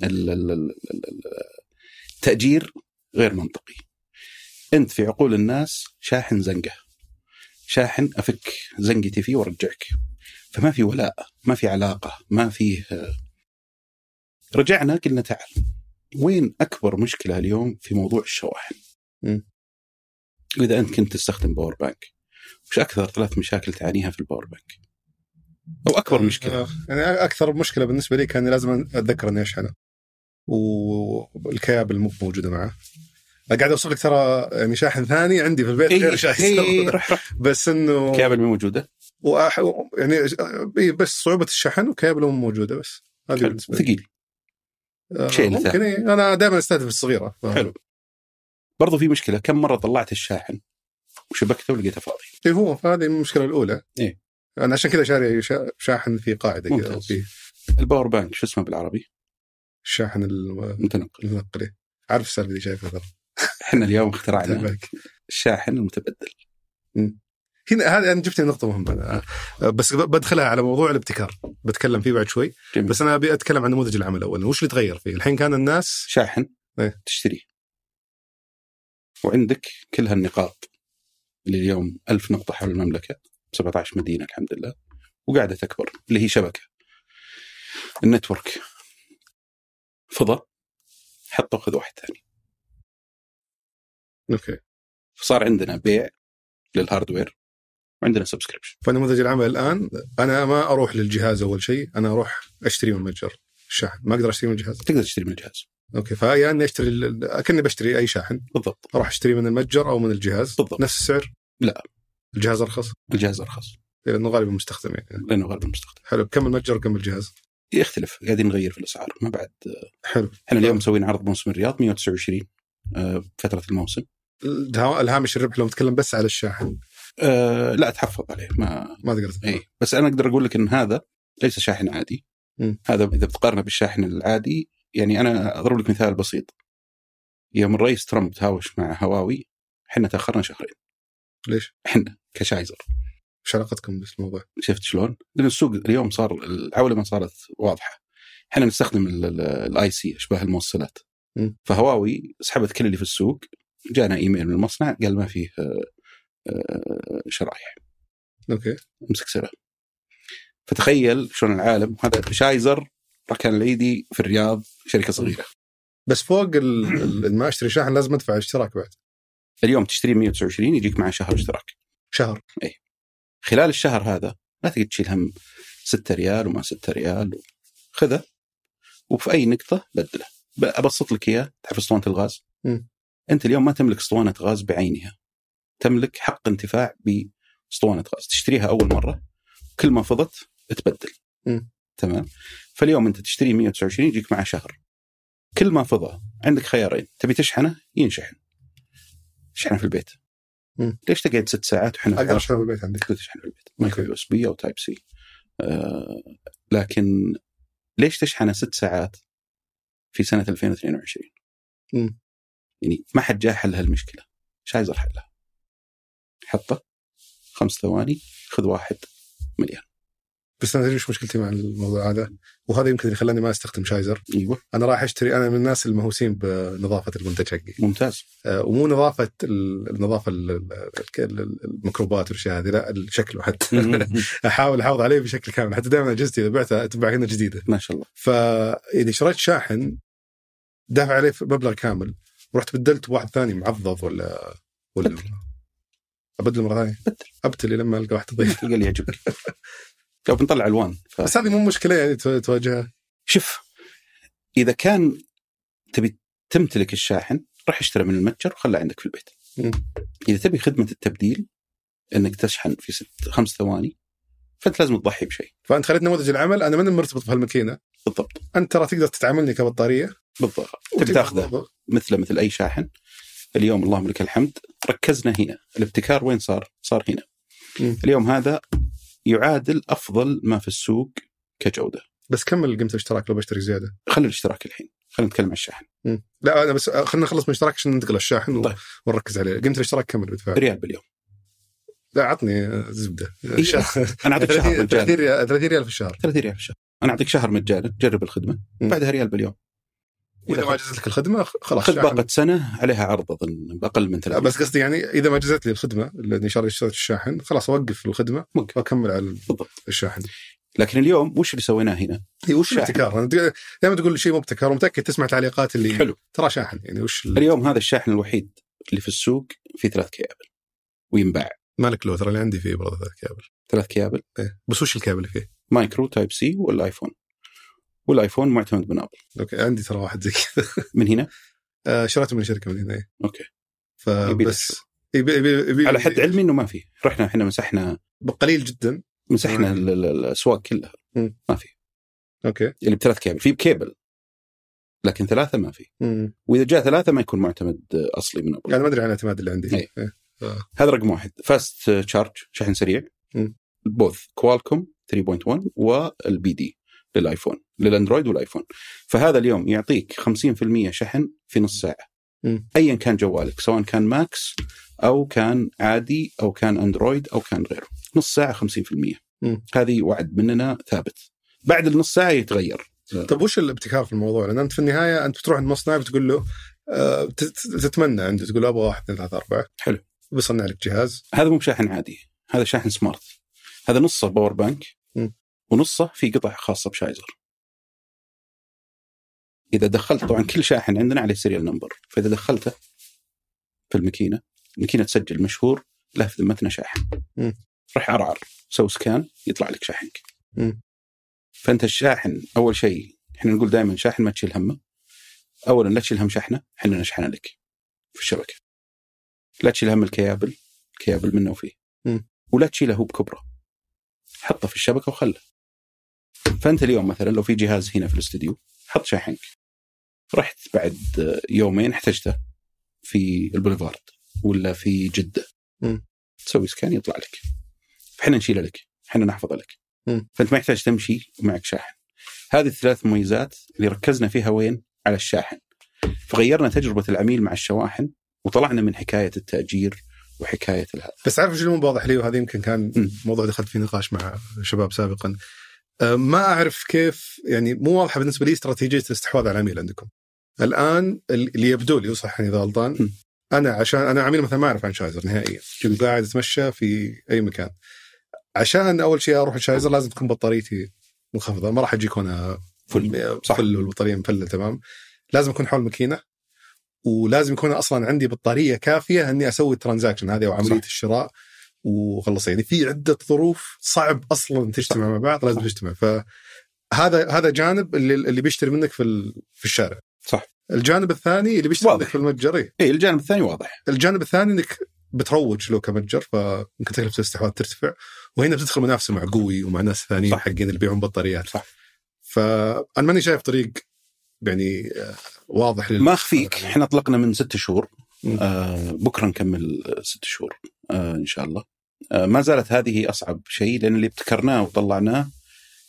التأجير غير منطقي. أنت في عقول الناس شاحن زنقة، شاحن أفك زنقتي فيه ورجعك، فما في ولاء، ما في علاقة، ما فيه. رجعنا قلنا تعال، وين أكبر مشكلة اليوم في موضوع الشواحن؟ وإذا أنت كنت تستخدم باور بانك، وش أكثر 3 مشاكل تعانيها في الباور بانك؟ أو أكبر مشكلة؟ يعني أكثر مشكلة بالنسبة لي كان لازم أتذكر أني أشحنه، والكابل مو موجودة معه. قاعد أوصف لك ترى يعني شاحن ثاني عندي في البيت غير شاحن. رح. بس إنه كابل مو موجودة، يعني بس صعوبة الشحن وكابله مو موجودة بس. هذا ثقيل. ممكن أنا دائما أستهدف الصغيرة. حلو. برضو في مشكلة، كم مرة طلعت الشاحن وشبكته ولقيته فاضي. هو هذه المشكلة الأولى. أنا عشان كذا شاري شاحن في قاعدة كذا. الباور بانك شو اسمه بالعربي؟ الشاحن المتنقل. عارف السالفة دي شايفها ترى. احنا اليوم اخترعنا الشاحن المتبدل. هنا هذا أنا جبت نقطة مهمة، بس بدخلها على موضوع الابتكار بتكلم فيه بعد شوي. جميل. بس أنا أبي أتكلم عن نموذج العمل أولا. وش اللي تغير فيه الحين؟ كان الناس شاحن تشتريه وعندك كل هالنقاط اللي اليوم 1000 نقطة حول المملكة، 17 مدينة الحمد لله، وقاعدة تكبر اللي هي شبكة النتورك. فضى حطوا خذ واحد ثاني. أوكي. فصار عندنا بيع للهاردوير وعندنا سبسكريبشن. فنموذج العمل الآن أنا ما أروح للجهاز أول شيء، أنا أروح أشتري من متجر الشاحن. ما أقدر أشتري من الجهاز. تقدر تشتري من الجهاز. أوكي. فيعني أشتري أكني بشتري أي شاحن. بالضبط. أروح أشتري من المتجر أو من الجهاز. بالضبط. نفس السعر؟ لا، الجهاز أرخص. الجهاز أرخص لأنه غالبا مستخدم يعني. لأنه غالبا مستخدم. حلو. كم المتجر وكم الجهاز؟ يختلف، قاعدين نغير في الأسعار ما بعد. حلو. احنا اليوم مسوين عرض موسم الرياض 129 فترة الموسم. الهامش الربح لو نتكلم بس على الشاحن لا تحفظ عليه، ما تقدر. بس أنا أقدر أقول لك إن هذا ليس شاحن عادي. هذا إذا بتقارنه بالشاحن العادي، يعني أنا أضرب لك مثال بسيط. يوم الرئيس ترامب تهاوش مع هواوي احنا تأخرنا شهرين. ليش؟ احنا كشايزر. وش علاقتكم بالموضوع؟ شفت شلون؟ لأن السوق اليوم صار العولمة صارت واضحة. احنا نستخدم الاي سي اشباه الموصلات. فهواوي سحبت كل اللي في السوق. جانا ايميل من المصنع قال ما فيه شرايح. اوكي. امسك سرها. فتخيل شلون العالم. هذا شايزر ركن العيدي في الرياض، شركة صغيرة. بس فوق ما اشتري شاحن لازم ادفع اشتراك بعد. اليوم تشتري 129 يجيك مع شهر اشتراك. شهر. اي. خلال الشهر هذا لا تقدر تشيل هم 6 ريال وما 6 ريال. خذه وفي أي نقطة بدله. أبسط لك إياه. تعرف اسطوانة الغاز؟ أنت اليوم ما تملك اسطوانة غاز بعينها، تملك حق انتفاع باسطوانة غاز. تشتريها أول مرة، كل ما فضت تبدل. تمام. فاليوم أنت تشتري 129 يجيك مع شهر. كل ما فضى عندك خيارين. تبي تشحنه ينشحن، شحنه في البيت. ليش تقعد 6 ساعات وحنا أقدر أشحنه في البيت عندك؟ تقدر تشحنه في البيت. مايكرو يو اس بي أو تايب سي. لكن ليش تشحنه 6 ساعات في سنة 2022؟ يعني ما حد جاء حل هالمشكلة، شايزر حلها، حطه 5 ثواني خذ 1 مليون. بس أنا إيش مشكلتي مع الموضوع هذا، وهذا يمكن اللي خلاني ما أستخدم شايزر. أيوة. أنا راح أشتري، أنا من الناس المهووسين بنظافة المنتج حقي. ممتاز. ومو نظافة النظافة الميكروبات والأشياء هذه، لا الشكل حتى أحاول أحافظ عليه بشكل كامل. حتى دائما أجهزتي إذا بعتها أتبع هنا جديدة ما شاء الله. فإذا شريت شاحن دافع عليه مبلغ كامل ورحت بدلت بواحد ثاني معضض ولا أبدل مرة ثانية، أبتل لما ألقى واحد ضيق قال لي يعجبك لو بنطلع ألوان بس هذه مو مشكلة يعني تواجهها. شوف، إذا كان تبي تمتلك الشاحن راح اشتري من المتجر وخليه عندك في البيت. إذا تبي خدمة التبديل إنك تشحن في 5 ثواني فأنت لازم تضحي بشيء. فأنت خليت نموذج العمل، أنا من مرتبط بهالماكينة بالضبط. أنت ترى تقدر تتعاملني كبطارية بالضبط، تبي تاخذه مثل أي شاحن. اليوم اللهم لك الحمد ركزنا هنا، الابتكار وين صار هنا. اليوم هذا يعادل أفضل ما في السوق كجودة. بس كمل قيمة الاشتراك لو بشترك زيادة. خلي الاشتراك الحين، خلينا نتكلم عن الشاحن. لا أنا بس خلينا نخلص من الاشتراك عشان ننتقل للشاحن. طيب. ونركز عليه. قيمة الاشتراك كمل بدفع ريال باليوم. لا عطني زبدة. أنا أعطيك شهر مجانا. 30 ريال في الشهر. 30 ريال في الشهر. أنا أعطيك شهر مجانا جرب الخدمة، بعدها ريال باليوم. وإذا ما جزت لك الخدمة خلاص خذ باقة سنة عليها عرض أظن بأقل من 3. بس قصدي يعني إذا ما جزت لي الخدمة اللي اشتريت الشاحن خلاص أوقف الخدمة وأكمل على الشاحن. لكن اليوم وش اللي سويناه هنا؟ وش الابتكار؟ دائما تقول شيء مبتكر ومتأكد تسمع تعليقات اللي حلو. ترى شاحن يعني وش اليوم هذا الشاحن الوحيد اللي في السوق فيه 3 كيابل وينباع. مالك لو ترى اللي عندي فيه برضه 3 كيابل. إيه. بس وش الكابل اللي فيه؟ مايكرو تايب سي والآيفون معتمد بنابل. اوكي عندي ترى واحد زي كذا من هنا شريته من شركة من هنا. اوكي فبس على حد علمي انه ما فيه. رحنا احنا مسحنا بقليل جدا، مسحنا الاسواق كلها ما فيه. اوكي اللي ب3 كيبل في بكيبل لكن 3 ما فيه. واذا جاء 3 ما يكون معتمد اصلي من يعني ما ادري عن الاعتماد اللي عندي. هذا رقم 1. فاست تشارج شحن سريع. بوث كوالكوم 3.1 والبي دي للايفون للاندرويد والايفون. فهذا اليوم يعطيك 50% شحن في نص ساعة. ايا كان جوالك سواء كان ماكس او كان عادي او كان اندرويد او كان غيره، نص ساعة 50%. هذه وعد مننا ثابت، بعد النص ساعة يتغير. طب وش الابتكار في الموضوع؟ لأن أنت في النهاية أنت بتروح عند مصنع بتقول له تتمنى عنده، تقول له أبغى 1 2 3 4 حلو بيصنع لك جهاز. هذا مو شاحن عادي، هذا شاحن سمارت. هذا نصه باور بانك ونصه في قطع خاصة بشايزر. إذا دخلت طبعا كل شاحن عندنا عليه سيريال نمبر، فإذا دخلته في الماكينة تسجل مشهور له في ذمتنا شاحن. رح عرعر سوي سكان يطلع لك شاحنك. فأنت الشاحن أول شيء إحنا نقول دائما شاحن ما تشيل همه. أولا لا تشيل هم شحنه، إحنا نشحنه لك في الشبكة. لا تشيل هم الكيابل منه وفيه. ولا تشيله هو بكبره، حطه في الشبكة وخله. فأنت اليوم مثلا لو في جهاز هنا في الاستوديو حط شاحنك، رحت بعد يومين احتجته في البوليفارد ولا في جدة تسوي سكان يطلع لك، فحنا نشيله لك، حنا نحفظه لك. فأنت ما يحتاج تمشي ومعك شاحن. هذه الثلاث مميزات اللي ركزنا فيها وين؟ على الشاحن. فغيرنا تجربة العميل مع الشواحن وطلعنا من حكاية التأجير وحكاية هذا. بس عارف شو مو واضح لي، وهذا يمكن كان موضوع دخلت فيه نقاش مع شباب سابقا. ما أعرف كيف يعني مو واضحة بالنسبة لي استراتيجية الاستحواذ على العميل عندكم الآن. اللي يبدو لي وصحني إذا غلطان، عشان أنا عميل مثلا ما أعرف عن شايزر نهائيا، كنت قاعد أتمشى في أي مكان، عشان أول شيء أروح الشايزر لازم تكون بطاريتي منخفضة، ما راح أجيك هنا فل والبطارية مفلة تمام. لازم أكون حول الماكينة، ولازم يكون أصلا عندي بطارية كافية أني أسوي الترانزاكشن هذه وعملية الشراء وخلص. يعني في عدة ظروف صعب أصلا تجتمع مع بعض، لازم تجتمع. فهذا جانب اللي بيشتري منك في الشارع. صح. الجانب الثاني اللي بيشتري منك في المتجر. إيه الجانب الثاني واضح. الجانب الثاني إنك بتروج له كمتجر، فممكن تكلفة الاستحواذ ترتفع، وهنا بتدخل منافسة مع قوي ومع ناس ثانيين حقين اللي بيبيعون بطاريات. صح. فأنا ماني شايف طريق يعني واضح ما أخفيك إحنا أطلقنا من 6 شهور. بكرة نكمل 6 شهور إن شاء الله. ما زالت هذه أصعب شيء، لأن اللي ابتكرناه وطلعناه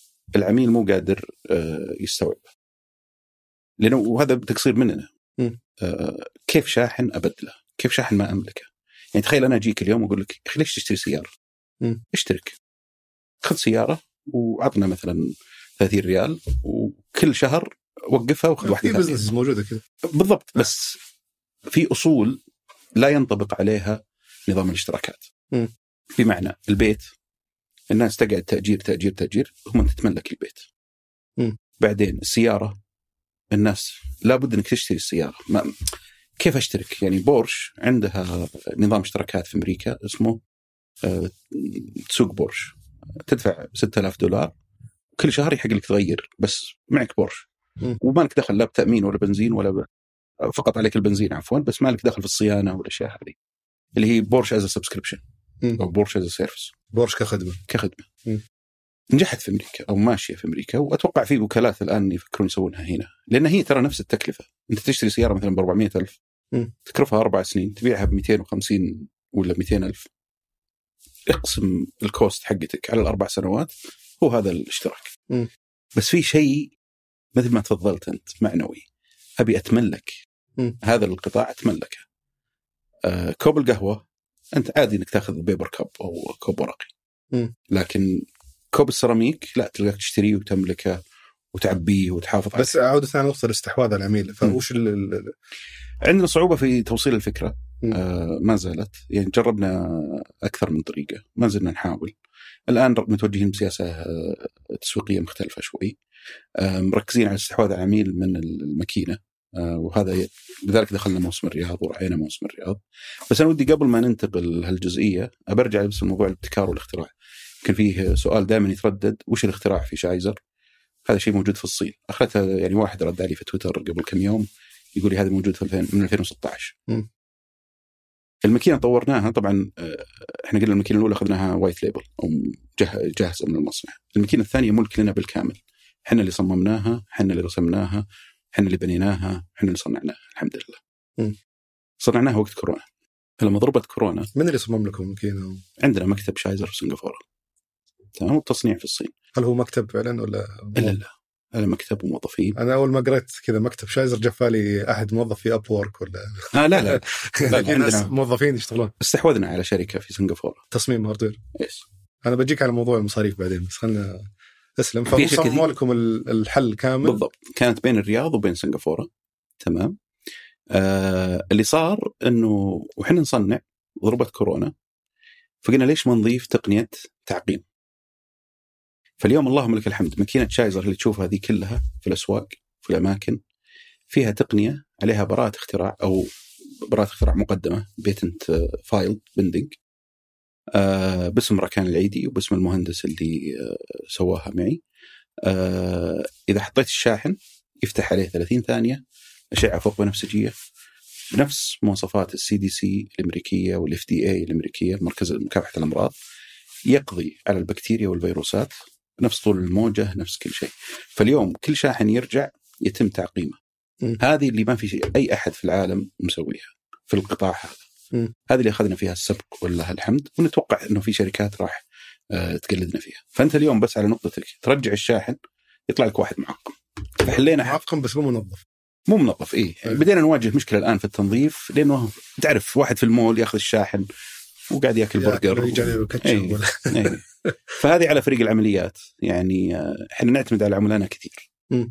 العميل مو قادر يستوعب، لأنه وهذا بتقصير مننا. كيف شاحن أبدله، كيف شاحن ما أملكه. يعني تخيل أنا أجيك اليوم وأقول لك ليش تشتري سيارة؟ اشترك، خذ سيارة وعطنا مثلا 30 ريال وكل شهر وقفها وخذ واحدة. في بزنس موجودة كذا بالضبط، بس في أصول لا ينطبق عليها نظام الاشتراكات. بمعنى البيت الناس تقعد تأجير هم أنت تتملك البيت. بعدين السيارة الناس لابد أنك تشتري السيارة. كيف أشترك؟ يعني بورش عندها نظام اشتراكات في أمريكا اسمه تسوق بورش، تدفع $6000 كل شهر يحق لك تغير، بس معك بورش وما لك دخل لا بتأمين ولا بنزين ولا فقط عليك البنزين عفوا، بس ما لك دخل في الصيانة والأشياء هذه اللي هي بورش as a subscription أو بورش as a service. بورش كخدمة. نجحت في أمريكا أو ماشية في أمريكا، وأتوقع في وكالات الآن يفكرون يسوونها هنا، لأن هي ترى نفس التكلفة. أنت تشتري سيارة مثلا ب400,000 تكرفها 4 سنين تبيعها ب250 ولا 200,000، اقسم الكوست حقتك على 4 سنوات، هو هذا الاشتراك. بس في شيء مثل ما تفضلت أنت معنوي، أبي أتملك هذا القطاع، أتملكه. كوب القهوة أنت عادي إنك تأخذ بيبر كوب أو كوب ورقي، لكن كوب السيراميك لا، تلقاك تشتريه وتملكه وتعبيه وتحافظ عليه. بس عودة على نقطة الاستحواذ على العميل، فوش عندنا صعوبة في توصيل الفكرة. ما زالت، يعني جربنا أكثر من طريقة، ما زلنا نحاول. الآن متوجهين بسياسة تسويقية مختلفة شوي، مركزين على الاستحواذ على العميل من الماكينة، وهذا لذلك دخلنا موسم الرياض ورعينا موسم الرياض. بس أنا ودي قبل ما ننتقل هالجزئية أبرجع بس الموضوع الابتكار والاختراع. كان فيه سؤال دائما يتردد، وش الاختراع في شايزر؟ هذا شيء موجود في الصين. أخذتها يعني واحد رد علي في تويتر قبل كم يوم يقول لي هذا موجود في من 2016. الماكينة طورناها طبعا، احنا قلنا الماكينة الأولى أخذناها وايت ليبل أو جاهزة من المصنع. الماكينة الثانية ملك لنا بالكامل، احنا اللي صممناها، احنا اللي رسمناها، احنا اللي بنيناها، احنا اللي صنعناها. الحمد لله. صنعناها وقت كورونا. فلما ضربت كورونا، من اللي صمم لكم الماكينة؟ عندنا مكتب شايزر في سنغافورة، تمام، والتصنيع في الصين. هل هو مكتب فعلا ولا؟ لا هذا مكتب وموظفين. أنا أول ما قرأت كذا مكتب شايزر جفالي أحد موظف في أب وورك ولا لا عندنا موظفين يشتغلون. استحوذنا على شركة في سنغافورة تصميم هاردوير. يس. أنا بجيك على موضوع المصاريف بعدين، بس خلنا أسلم. فصمموا لكم الحل كامل. بالضبط، كانت بين الرياض وبين سنغافورة، تمام. اللي صار إنه وحنا نصنع ضربت كورونا، فقلنا ليش ما نضيف تقنية تعقيم. فاليوم اللهم لك الحمد ماكينة شايزر اللي تشوفها هذه كلها في الأسواق في الأماكن فيها تقنية عليها براءة اختراع أو براءة اختراع مقدمة بيتنت فايل بندنج، باسم ركان العيدي وباسم المهندس اللي سواها معي. إذا حطيت الشاحن يفتح عليه 30 ثانية أشعة فوق بنفسجية بنفس مواصفات CDC الأمريكية والFDA الأمريكية، مركز مكافحة الأمراض، يقضي على البكتيريا والفيروسات نفس طول الموجة، نفس كل شيء. فاليوم كل شاحن يرجع يتم تعقيمه. هذه اللي ما في أي أحد في العالم مسويها في القطاع هذا. هذه اللي أخذنا فيها السبق والله الحمد، ونتوقع أنه في شركات راح تقلدنا فيها. فأنت اليوم بس على نقطتك ترجع الشاحن يطلع لك واحد معقم. فحلينا معقم بس مو منظف. إيه. بدينا نواجه مشكلة الآن في التنظيف، لأنه تعرف واحد في المول يأخذ الشاحن وقاعد يأكل برجر. أيه. فهذه على فريق العمليات، يعني احنا نعتمد على عملائنا كثير.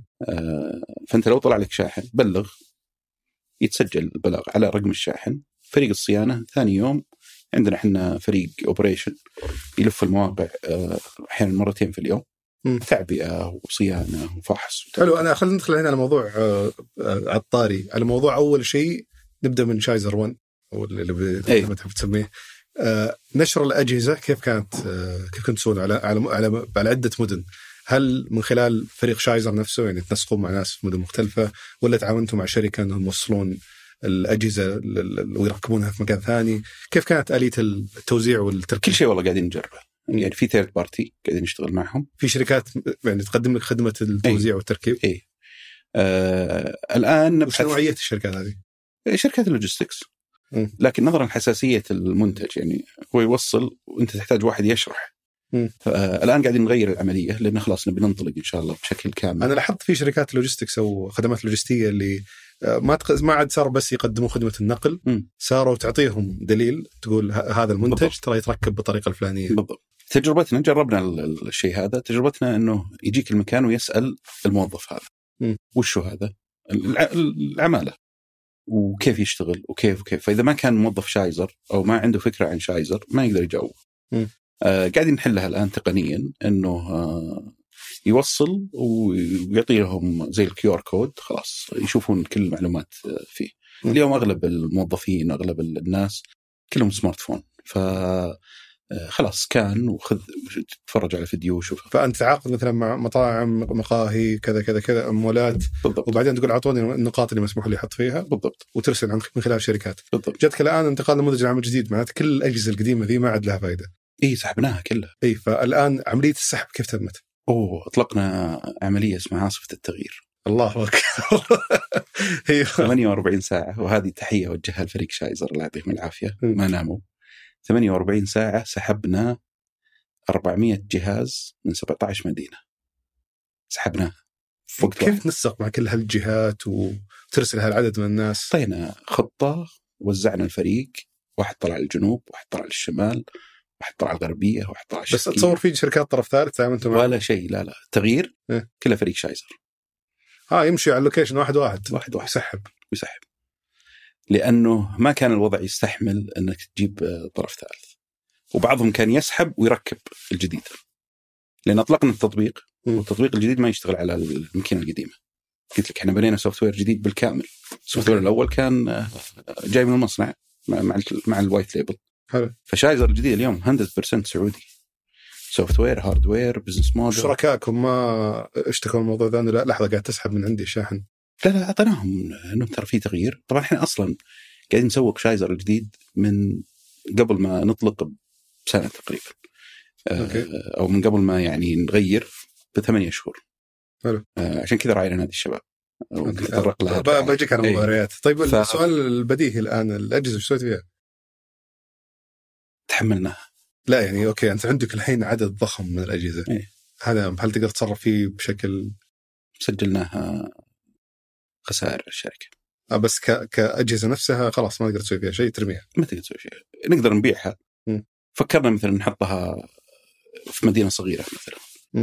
فأنت لو طلع لك شاحن بلغ، يتسجل البلاغ على رقم الشاحن، فريق الصيانة ثاني يوم عندنا احنا فريق اوبريشن يلف المواقع احيانا مرتين في اليوم، تعبئة وصيانة وفحص. حلو. أنا خلينا ندخل هنا على موضوع عطاري، على موضوع أول شيء نبدأ من شايزر 1 أو اللي تحب تسميه. نشر الأجهزة كيف كنت تسوون على عدة مدن؟ هل من خلال فريق شايزر نفسه، يعني تنسقون مع ناس في مدن مختلفة، ولا تعاونتوا مع شركة أنهم يوصلون الأجهزة ويركبونها في مكان ثاني؟ كيف كانت آلية التوزيع والتركيب؟ كل شيء والله قاعدين نجربه، يعني في ثيرد بارتي قاعدين نشتغل معهم، في شركات يعني تقدم لك خدمة التوزيع والتركيب. الآن وش نوعية الشركات هذه؟ شركات اللوجستكس، لكن نظرا لحساسية المنتج، يعني هو يوصل وأنت تحتاج واحد يشرح الآن قاعدين نغير العملية لأن خلاص نبي ننطلق إن شاء الله بشكل كامل. أنا لاحظت في شركات لوجيستكس أو خدمات لوجستية اللي ما عاد صار بس يقدموا خدمة النقل، صاروا تعطيهم دليل تقول هذا المنتج ترى يتركب بالطريقة الفلانية. بالضبط. تجربتنا جربنا الشيء هذا، تجربتنا أنه يجيك المكان ويسأل الموظف هذا وشو هذا العمالة وكيف يشتغل وكيف. فإذا ما كان موظف شايزر أو ما عنده فكرة عن شايزر ما يقدر يجاوب. قاعدين نحلها الآن تقنيا أنه يوصل ويعطي لهم زي الكيور كود، خلاص يشوفون كل المعلومات فيه. اليوم أغلب الموظفين أغلب الناس كلهم سمارت فون، خلاص كان وخذ تتفرج على فيديو وشوف. فأنت تعاقد مثلا مع مطاعم مقاهي كذا كذا كذا مولات، وبعدين تقول أعطوني النقاط اللي مسموح لي أحط فيها. بالضبط. وترسل من خلال شركات. بالضبط. جتك الآن انتقال نموذج العمل الجديد، معناته كل الأجهزة القديمة ذي ما عاد لها فائدة. سحبناها كلها. فالآن عملية السحب كيف تمت؟ أطلقنا عملية اسمها عاصفة التغيير. الله أكبر. هي 48 ساعة، وهذه تحية وجهها الفريق شايزر الله يعطيهم العافية، ما ناموا. 48 ساعة سحبنا 400 جهاز من 17 مدينة، سحبناها. كيف نسق مع كل هالجهات وترسل هالعدد من الناس؟ طينا خطة، وزعنا الفريق، واحد طلع للجنوب، واحد طلع للشمال، واحد طلع الغربية، واحد طلع الشرقية. بس أتصور في شركات طرف ثالث تعاملتوا معها؟ ولا شيء، لا تغيير. كله فريق شايزر. يمشي على اللوكيشن واحد يسحب. لأنه ما كان الوضع يستحمل أنك تجيب طرف ثالث، وبعضهم كان يسحب ويركب الجديد، لأن أطلقنا التطبيق والتطبيق الجديد ما يشتغل على الماكينة القديمة. قلت لك احنا بنينا سوفت وير جديد بالكامل. السوفت وير الأول كان جاي من المصنع مع الوايت ليبل. حلو. فشايزر الجديد اليوم 100% سعودي، سوفت وير، هاردوير، بزنس موديل. شركائكم ما اشتكوا الموضوع ذا؟ لا لحظة قاعد تسحب من عندي شاحن. لا أعطيناهم إنه ترى في تغيير. طبعا إحنا أصلا قاعدين نسوق شايزر الجديد من قبل ما نطلق بسنة تقريبا، أو من قبل ما يعني نغير ب8 شهور. حلو. عشان كذا راعينا نادي الشباب. بجيك على المباريات. طيب السؤال البديهي الآن، الأجهزة شو سويت فيها؟ تحملناها. لا يعني أوكي، أنت عندك الحين عدد ضخم من الأجهزة. هذا هل تقدر تصرف فيه بشكل؟ سجلناها خسائر الشركة. بس كأجهزة نفسها خلاص ما تقدر تسوي فيها شيء، ترميها. ما تقدر تسوي شيء. نقدر نبيعها. فكرنا مثلا نحطها في مدينة صغيرة مثلا.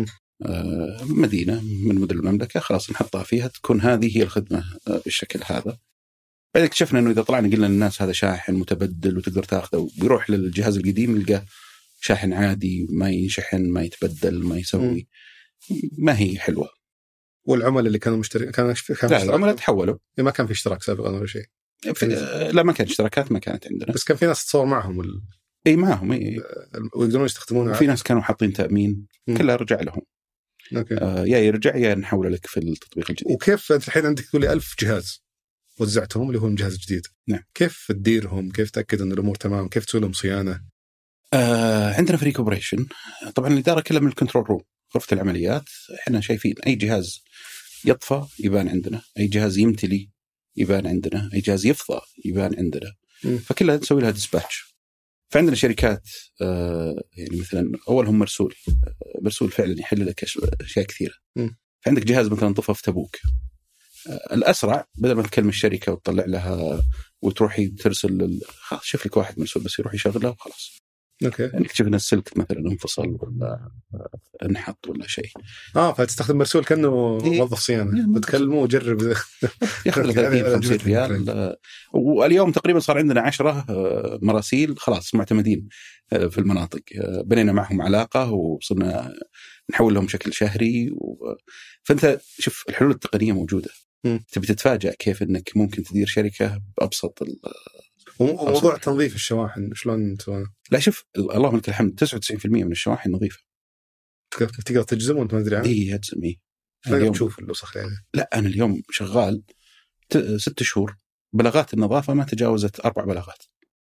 مدينة من مدن المملكة، خلاص نحطها فيها، تكون هذه هي الخدمة بالشكل هذا. بعد اكتشفنا انه اذا طلعنا قلنا للناس هذا شاحن متبدل وتقدر تاخذه، وبيروح للجهاز القديم يلقاه شاحن عادي، ما ينشحن، ما يتبدل، ما يسوي. ما هي حلوة. والعملاء اللي كانوا كان العملاء تحولوا. ما كان في اشتراك سابقا ولا شيء. لا ما كان اشتراكات، ما كانت عندنا، بس كان في ناس تصور معهم معهم ويقدرون يستخدمونها. وفي ناس كانوا حاطين تأمين. كلها رجع لهم. يا يرجع يا نحول لك في التطبيق الجديد. وكيف أنت الحين عندك تقولي 1000 جهاز وزعتهم اللي هو الجهاز الجديد؟ نعم. كيف تديرهم؟ كيف تأكد أن الأمور تمام؟ كيف تسوي لهم صيانة؟ عندنا فريق اوبريشن. طبعا الإدارة كلها من الكنترول روم، غرفة العمليات. احنا شايفين أي جهاز يطفى يبان عندنا، أي جهاز يمتلي يبان عندنا، أي جهاز يفضى يبان عندنا. فكلها نسوي لها ديسباتش. فعندنا شركات يعني مثلا أولهم مرسول فعلا يحل لك أشياء كثيرة. فعندك جهاز مثلا طفى في تبوك، الأسرع بدل ما تكلم الشركة وتطلع لها وتروحي ترسل خلاص شوف لك واحد مرسول بس يروح يشغله وخلاص. يعني شفنا السلك مثلا انفصل ولا انحط ولا شيء. فتستخدم مرسول كأنه موظف صيانة، بتكلمه وجرب ياخذ له 30-50 ريال. واليوم تقريبا صار عندنا 10 مراسيل خلاص معتمدين في المناطق. بنينا معهم علاقة وصرنا نحول لهم بشكل شهري. فأنت شوف الحلول التقنية موجودة. تبي تتفاجأ كيف أنك ممكن تدير شركة بأبسط وموضوع تنظيف الشواحن شلون تسوي؟ لا شوف اللهم لك الحمد 99% من الشواحن نظيفة. تقدر تجزم وانت ما تدري عنها؟ أجزم. اليوم تشوف الوسخ يعني. لا أنا اليوم شغال 6 شهور، بلاغات النظافة ما تجاوزت 4 بلاغات.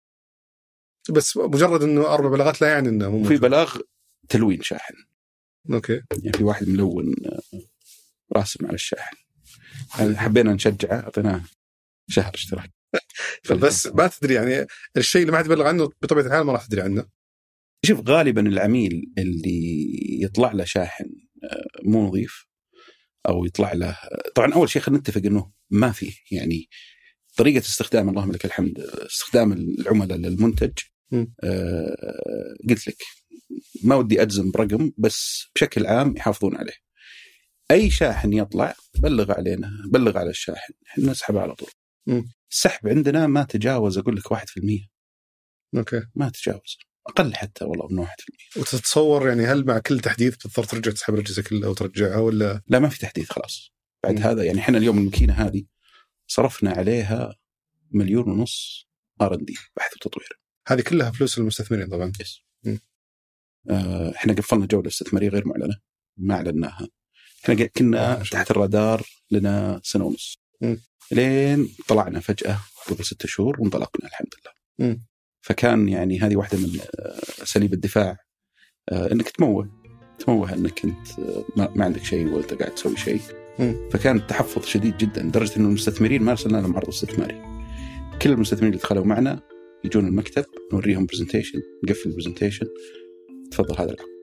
بس مجرد إنه 4 بلاغات لا يعني إنه مو في بلاغ تلوين شاحن. أوكي. يعني في واحد ملون راسم على الشاحن، حبينا نشجعه، أعطيناه شهر اشتراك. بس ما تدري يعني الشيء اللي ما حد يبلغ عنه بطبيعة الحال ما راح تدري عنه. شوف غالبا العميل اللي يطلع له شاحن مو نظيف أو يطلع له، طبعا أول شيء خلينا نتفق أنه ما فيه يعني طريقة استخدام، اللهم لك الحمد، استخدام العملاء للمنتج. قلت لك ما ودي أجزم برقم، بس بشكل عام يحافظون عليه. أي شاحن يطلع بلغ علينا، بلغ على الشاحن، إحنا نسحبه على طول. السحب عندنا ما تجاوز أقول لك 1%. أوكي. ما تجاوز، أقل حتى والله من 1%. وتتصور يعني هل مع كل تحديث تضطر ترجع تسحب الأجهزة كلها وترجعها ولا؟ لا ما في تحديث خلاص بعد هذا. يعني إحنا اليوم الماكينة هذه صرفنا عليها 1.5 مليون R&D، بحث وتطوير. هذه كلها فلوس المستثمرين طبعا. يس. إحنا قفلنا جولة استثمارية غير معلنة، ما أعلناها. إحنا كنا تحت الرادار لنا 1.5 سنة لين طلعنا فجأة قبل 6 شهور وانطلقنا الحمد لله. فكان يعني هذه واحدة من أساليب الدفاع، إنك تموه إنك أنت ما عندك شيء وأنت قاعد تسوي شيء. فكان تحفظ شديد جدا لدرجة إنه المستثمرين ما أرسلنا لهم عرض استثماري. كل المستثمرين اللي دخلوا معنا يجون المكتب نوريهم برزنتيشن، نقفل البرزنتيشن، تفضل هذا العقد.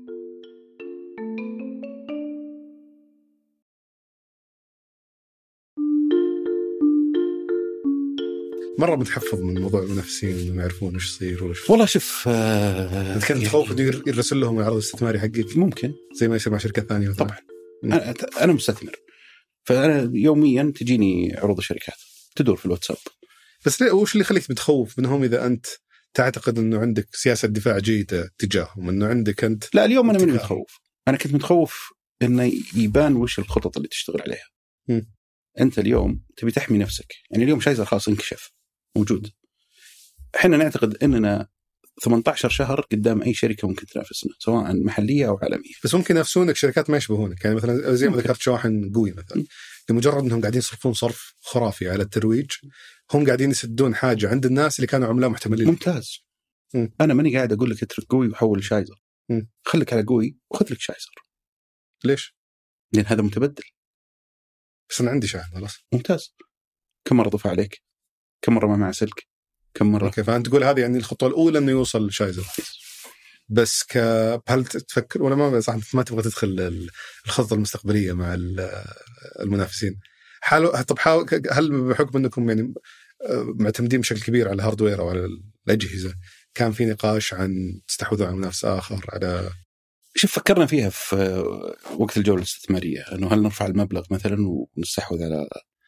مرة متحفظ من موضوع المنافسين إنهم يعرفون وش يصير وش. والله شوف أنت كنت تخوف إنه يرسل لهم العرض الاستثماري حقك؟ ممكن زي ما يصير مع شركة ثانية مثلا. طبعا أنا مستثمر، فأنا يوميا تجيني عروض الشركات تدور في الواتساب. بس وش اللي يخليك متخوف منهم إذا أنت تعتقد إنه عندك سياسة دفاع جيدة تجاههم، إنه عندك أنت؟ لا اليوم أنا من متخوف، أنا كنت متخوف إنه يبان وش الخطط اللي تشتغل عليها. أنت اليوم تبي تحمي نفسك، يعني اليوم شايزر خلاص انكشف موجود. إحنا نعتقد إننا 18 شهر قدام أي شركة ممكن تنافسنا سواء محلية أو عالمية. بس ممكن ينافسونك شركات ما يشبهونك، يعني مثلا زي ما ذكرت شاحن قوي مثلا، لمجرد أنهم قاعدين يصرفون صرف خرافي على الترويج، هم قاعدين يسدون حاجة عند الناس اللي كانوا عملاء محتملين. ممتاز. أنا ماني قاعد أقول لك اترك قوي وحول شايزر، خليك على قوي وخذ لك شايزر. ليش؟ لأن هذا متبدل. بس أنا عندي شاحن خلاص. ممتاز. كم مرة ضفع عليك؟ كم مرة ما مع سلك؟ كم مرة؟ أوكي، فأنت تقول هذه يعني الخطوة الأولى إنه يوصل شايزر. بس هل تفكر ولا ما صح ما تبغى تدخل الخطة المستقبلية مع المنافسين؟ هل بحكم أنكم يعني معتمدين بشكل كبير على الهاردوير أو على الأجهزة، كان في نقاش عن تستحوذوا على منافس آخر على؟ شوف فكرنا فيها في وقت الجولة الاستثمارية أنه هل نرفع المبلغ مثلا ونستحوذ على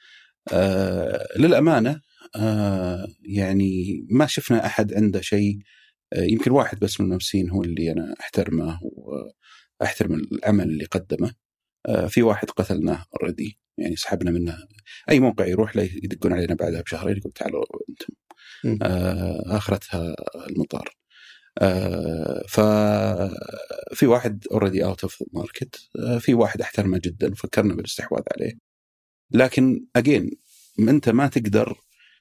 للأمانة يعني ما شفنا أحد عنده شيء. يمكن واحد بس من المنافسين هو اللي أنا أحترمه وأحترم العمل اللي قدمه. في واحد قتلناه already، يعني سحبنا منه. أي موقع يروح له يدقون علينا بعدها بشهرين يقول تعالوا أنتم، آخرتها المطار. ففي واحد already out of the market، في واحد احترمه جدا وفكرنا بالاستحواذ عليه. لكن again أنت ما تقدر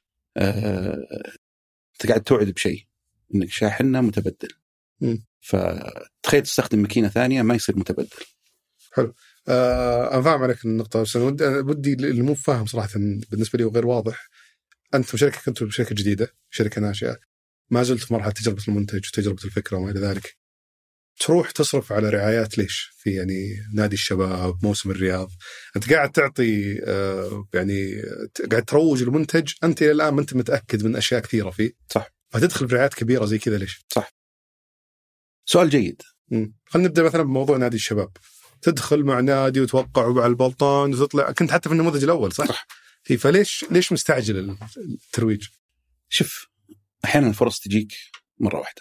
تقعد توعد بشيء إنك شاحننا متبدل، فتخيل تستخدم ماكينة ثانية ما يصير متبدل. حلو. أنا فاهم عليك النقطة، بس أنا ودي اللي مو فاهم صراحة بالنسبة لي وغير واضح. أنتم شركة، كنتوا شركة جديدة، شركة ناشئة، ما زلت في مرحلة تجربة المنتج وتجربة الفكرة وما إلى ذلك. تروح تصرف على رعايات ليش في يعني نادي الشباب، موسم الرياض، أنت قاعد تعطي يعني قاعد تروج المنتج، أنت إلى الآن ما أنت متأكد من أشياء كثيرة فيه. صح. فتدخل برعايات كبيرة زي كذا ليش؟ صح. سؤال جيد. خلينا نبدأ مثلا بموضوع نادي الشباب. تدخل مع نادي وتوقعوا على البلطان وتطلع، كنت حتى في النموذج الأول صح؟ فليش مستعجل الترويج؟ شوف أحيانا الفرص تجيك مرة واحدة.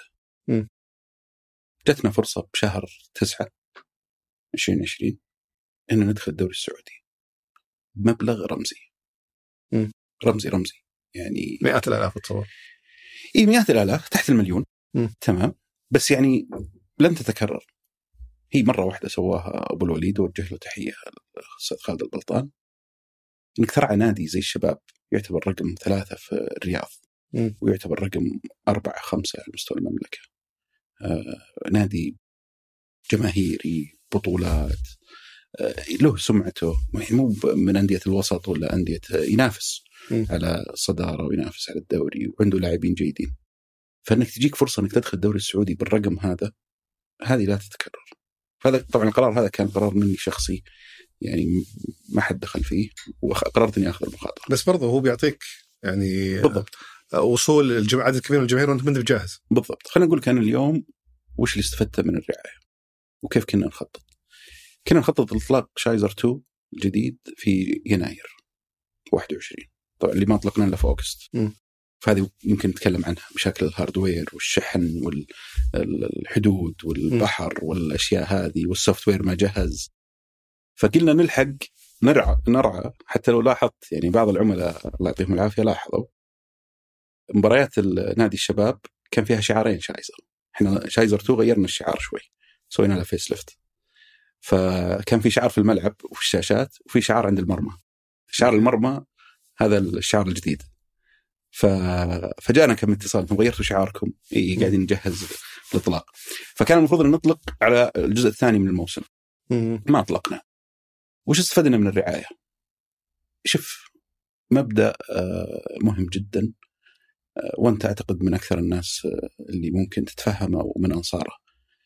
جتنا فرصة بشهر 9 2020 إنه ندخل الدوري السعودي بمبلغ رمزي. رمزي يعني 100,000 أتصور. 100,000 تحت المليون. تمام. بس يعني لن تتكرر. هي مرة واحدة سواها أبو الوليد، ووجه له تحية الأستاذ خالد البلطان. إنك ترعى نادي زي الشباب يعتبر رقم 3 في الرياض، ويعتبر رقم 4-5 على مستوى المملكة. نادي جماهيري، بطولات، له سمعته، مو من أندية الوسط ولا أندية، ينافس على الصدارة وينافس على الدوري وعنده لاعبين جيدين. فانك تجيك فرصه انك تدخل الدوري السعودي بالرقم هذا، هذه لا تتكرر. فهذا طبعا القرار هذا كان قرار مني شخصي، يعني ما حد دخل فيه، وقررت اني اخذ المخاطره. بس برضه هو بيعطيك يعني بالضبط وصول عدد كبير من الجماهير وانت منذ جاهز. بالضبط. خلينا نقول كان اليوم وش اللي استفدته من الرعايه وكيف كنا نخطط. كنا نخطط لاطلاق شايزر 2 الجديد في يناير 21، طبعا اللي ما اطلقنا الا في اوغست. فهذه يمكن نتكلم عنها بشكل الهاردوير والشحن والحدود والبحر والاشياء هذه والسوفت وير ما جهز. فقلنا نلحق نرعى. حتى لو لاحظت يعني بعض العملاء الله يعطيهم العافيه لاحظوا مباريات نادي الشباب كان فيها شعارين شايزر. احنا شايزر 2 غيرنا الشعار شوي، سوينا له فيس ليفت. فكان في شعار في الملعب وفي الشاشات وفي شعار عند المرمى. شعار المرمى هذا الشعار الجديد. فجاءنا كم اتصال انتم غيرتوا شعاركم. قاعدين نجهز الاطلاق. فكان المفروض ان نطلق على الجزء الثاني من الموسم، ما اطلقنا. وش استفدنا من الرعايه؟ شوف، مبدا مهم جدا، وانت اعتقد من اكثر الناس اللي ممكن تتفهمه ومن انصاره.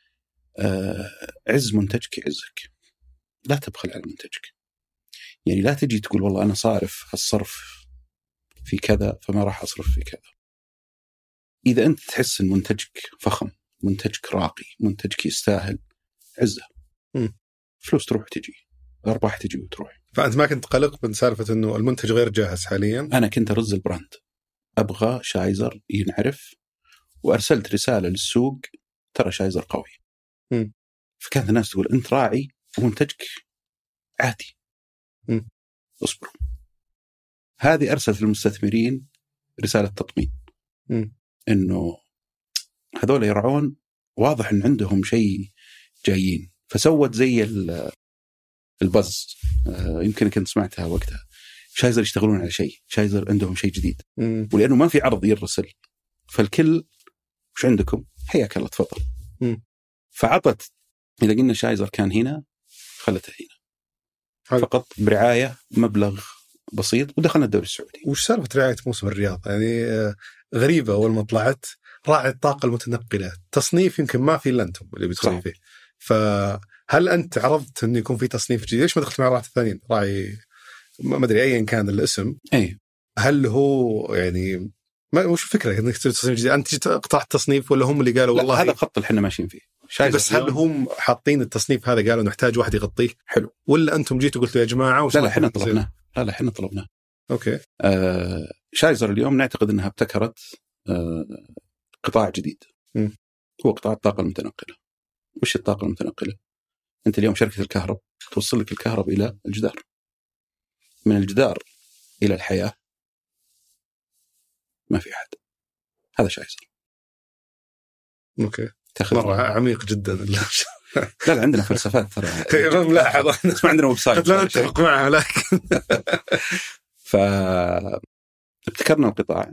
عز منتجك يعزك، لا تبخل على منتجك. يعني لا تجي تقول والله انا صارف هالصرف في كذا فما راح أصرف في كذا. إذا أنت تحس أن منتجك فخم، منتجك راقي، منتجك يستاهل، عزة. فلوس تروح وتجي، أرباح تجي وتروح. فأنت ما كنت قلق من سالفة أنه المنتج غير جاهز حاليا؟ أنا كنت أرز البراند، أبغى شايزر ينعرف، وأرسلت رسالة للسوق ترى شايزر قوي. فكانت الناس تقول أنت راعي ومنتجك عادي، اصبروا. هذه أرسلت للمستثمرين رسالة تطمين إنه هذول يرعون، واضح إن عندهم شيء جايين. فسوت زي البز، يمكن كنت سمعتها وقتها، شايزر يشتغلون على شيء، شايزر عندهم شيء جديد. ولأنه ما في عرض يرسل، فالكل وش عندكم؟ حياك الله تفضل. فعطت، إذا قلنا شايزر كان هنا خلته هنا فقط برعاية مبلغ بسيط، ودخلنا الدوري السعودي. وش سالفة رعاية موسم الرياض؟ يعني غريبة. أول ما طلعت راعي الطاقة المتنقلة، تصنيف يمكن ما في إلا أنتم اللي بيدخلون فيه. فهل أنت عرضت إنه يكون في تصنيف جديد؟ ليش ما دخلت مع راعي الثانيين؟ راعي ما أدري أيا كان الاسم. أي هل هو يعني ما وش الفكرة إنك تسوي تصنيف جديد؟ أنت جيت قطعت التصنيف ولا هم اللي قالوا والله هذا الخط اللي إحنا ماشيين فيه؟ بس هل هم حاطين التصنيف هذا قالوا نحتاج واحد يغطيه؟ حلو. ولا أنتم جيتوا قلتوا يا جماعة؟ لا إحنا طلبناه. لا إحنا طلبناه. أوكي. شايزر اليوم نعتقد أنها ابتكرت قطاع جديد، هو قطاع الطاقة المتنقلة. وش الطاقة المتنقلة؟ أنت اليوم شركة الكهرباء توصل لك الكهرباء إلى الجدار، من الجدار إلى الحياة ما في أحد. هذا شايزر. أوكي. مرة عميق جدا. لا عندنا فلسفات ترى. ملاحظة. ما عندنا ويب سايت. لا نتفق معها لكن. فابتكرنا القطاع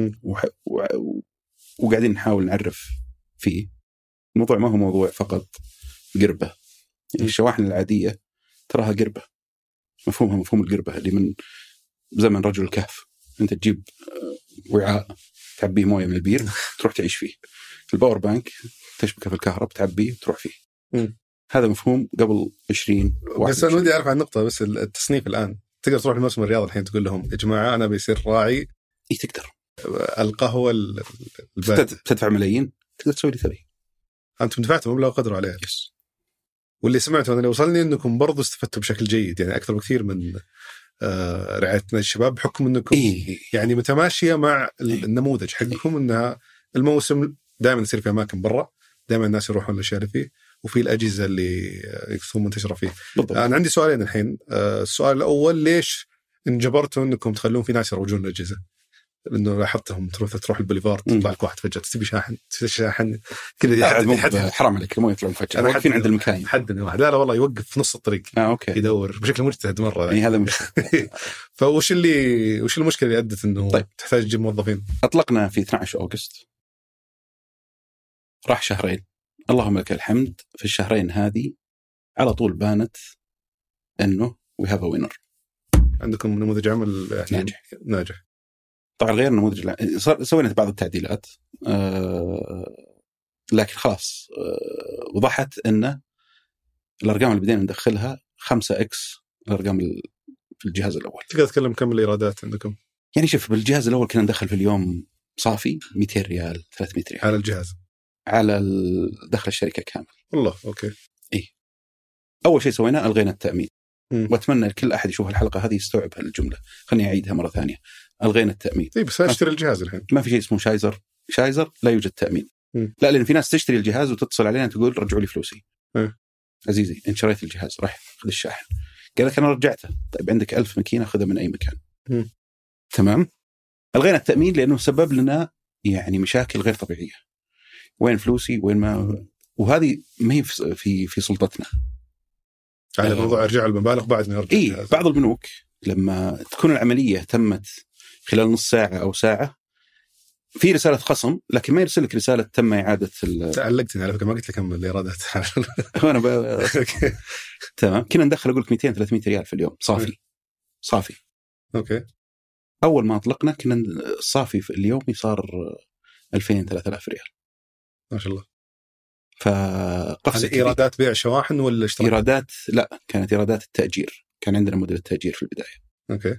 وقاعدين نحاول نعرف فيه. الموضوع ما هو موضوع فقط قربة، يعني الشواحن العادية تراها قربة، مفهومها مفهوم القربة اللي من زمن رجل الكهف. أنت تجيب وعاء تعبيه موية من البير تروح تعيش فيه. الباور بانك تشبكه في الكهرباء تعبيه تروح فيه. هذا مفهوم قبل 20. بس أنا ودي أعرف عن نقطة، بس التصنيف الآن تقدر تروح لموسم الرياض الحين تقول لهم يا جماعة أنا بيصير راعي. تقدر القهوة تدفع ملايين، تقدر تسوي اللي تبي. أنتم دفعتوا مبلغ قدروا عليه. يس. واللي سمعته أنا اللي وصلني أنكم برضو استفدتوا بشكل جيد، يعني أكثر بكثير من رعاية الشباب، بحكم أنكم يعني متماشية مع النموذج حقكم، أنها الموسم دائما يصير في أماكن برا، دائما الناس يروحون للأشياء فيه، وفي الأجهزة اللي يكون منتشرة فيه. أنا عندي سؤالين الحين. السؤال الأول، ليش انجبرتوا أنكم تخلون في ناس يروجون الأجهزة؟ لأنه لاحظتهم تروح البوليفارد تطلع لك واحد فجأة تبي شاحن كذا حرام عليك مو يطلعون فجأة واقفين عند المكان حدنا واحد. لا والله يوقف في نص الطريق. أوكي. يدور بشكل مجتهد مرة يعني هذا مش وش المشكلة اللي أدت إنه تحتاج تجيب موظفين؟ أطلقنا في 12 أغسطس، راح شهرين، اللهم لك الحمد. في الشهرين هذه على طول بانت إنه we have a winner. عندكم نموذج عمل ناجح. طبعا غير نموذج سوينا بعض التعديلات لكن خلاص وضحت ان الارقام اللي بدينا ندخلها 5x الارقام في الجهاز الاول. تقدر تتكلم كم الايرادات عندكم؟ يعني شوف بالجهاز الاول كنا ندخل في اليوم صافي 200 ريال 300 ريال على الجهاز، على دخل الشركه كامل. والله اوكي. اي اول شيء سويناه الغينا التامين. واتمنى كل احد يشوف الحلقه هذه يستوعب هالجمله. خليني اعيدها مره ثانيه. الغينا التامين. اي بس اشتري الجهاز الحين ما في شيء اسمه شايزر لا يوجد تامين. لا لان في ناس تشتري الجهاز وتتصل علينا تقول رجعوا لي فلوسي. عزيزي انت شريت الجهاز راح خذ الشاحن. قال لك انا رجعته. طيب عندك 1000 ماكينه خذها من اي مكان. تمام. الغينا التامين لانه سبب لنا يعني مشاكل غير طبيعيه. وين فلوسي وين ما، وهذه ما هي في سلطتنا على موضوع ارجاع المبالغ بعد ما يرجع. إيه بعض البنوك لما تكون العمليه تمت خلال نص ساعه او ساعه في رساله خصم، لكن ما يرسل لك رساله تم اعاده تعلقتني على فكره ما قلت لك كم الايرادات. انا تمام. كنا ندخل اقول لك 200 300 ريال في اليوم صافي. اوكي. اول ما اطلقنا كنا الصافي في اليوم صار 2000 3000 ريال ما شاء الله. فقفزه ايرادات بيع شواحن ولا اشتراك؟ ايرادات لا كانت ايرادات التاجير. كان عندنا موديل التاجير في البدايه. اوكي.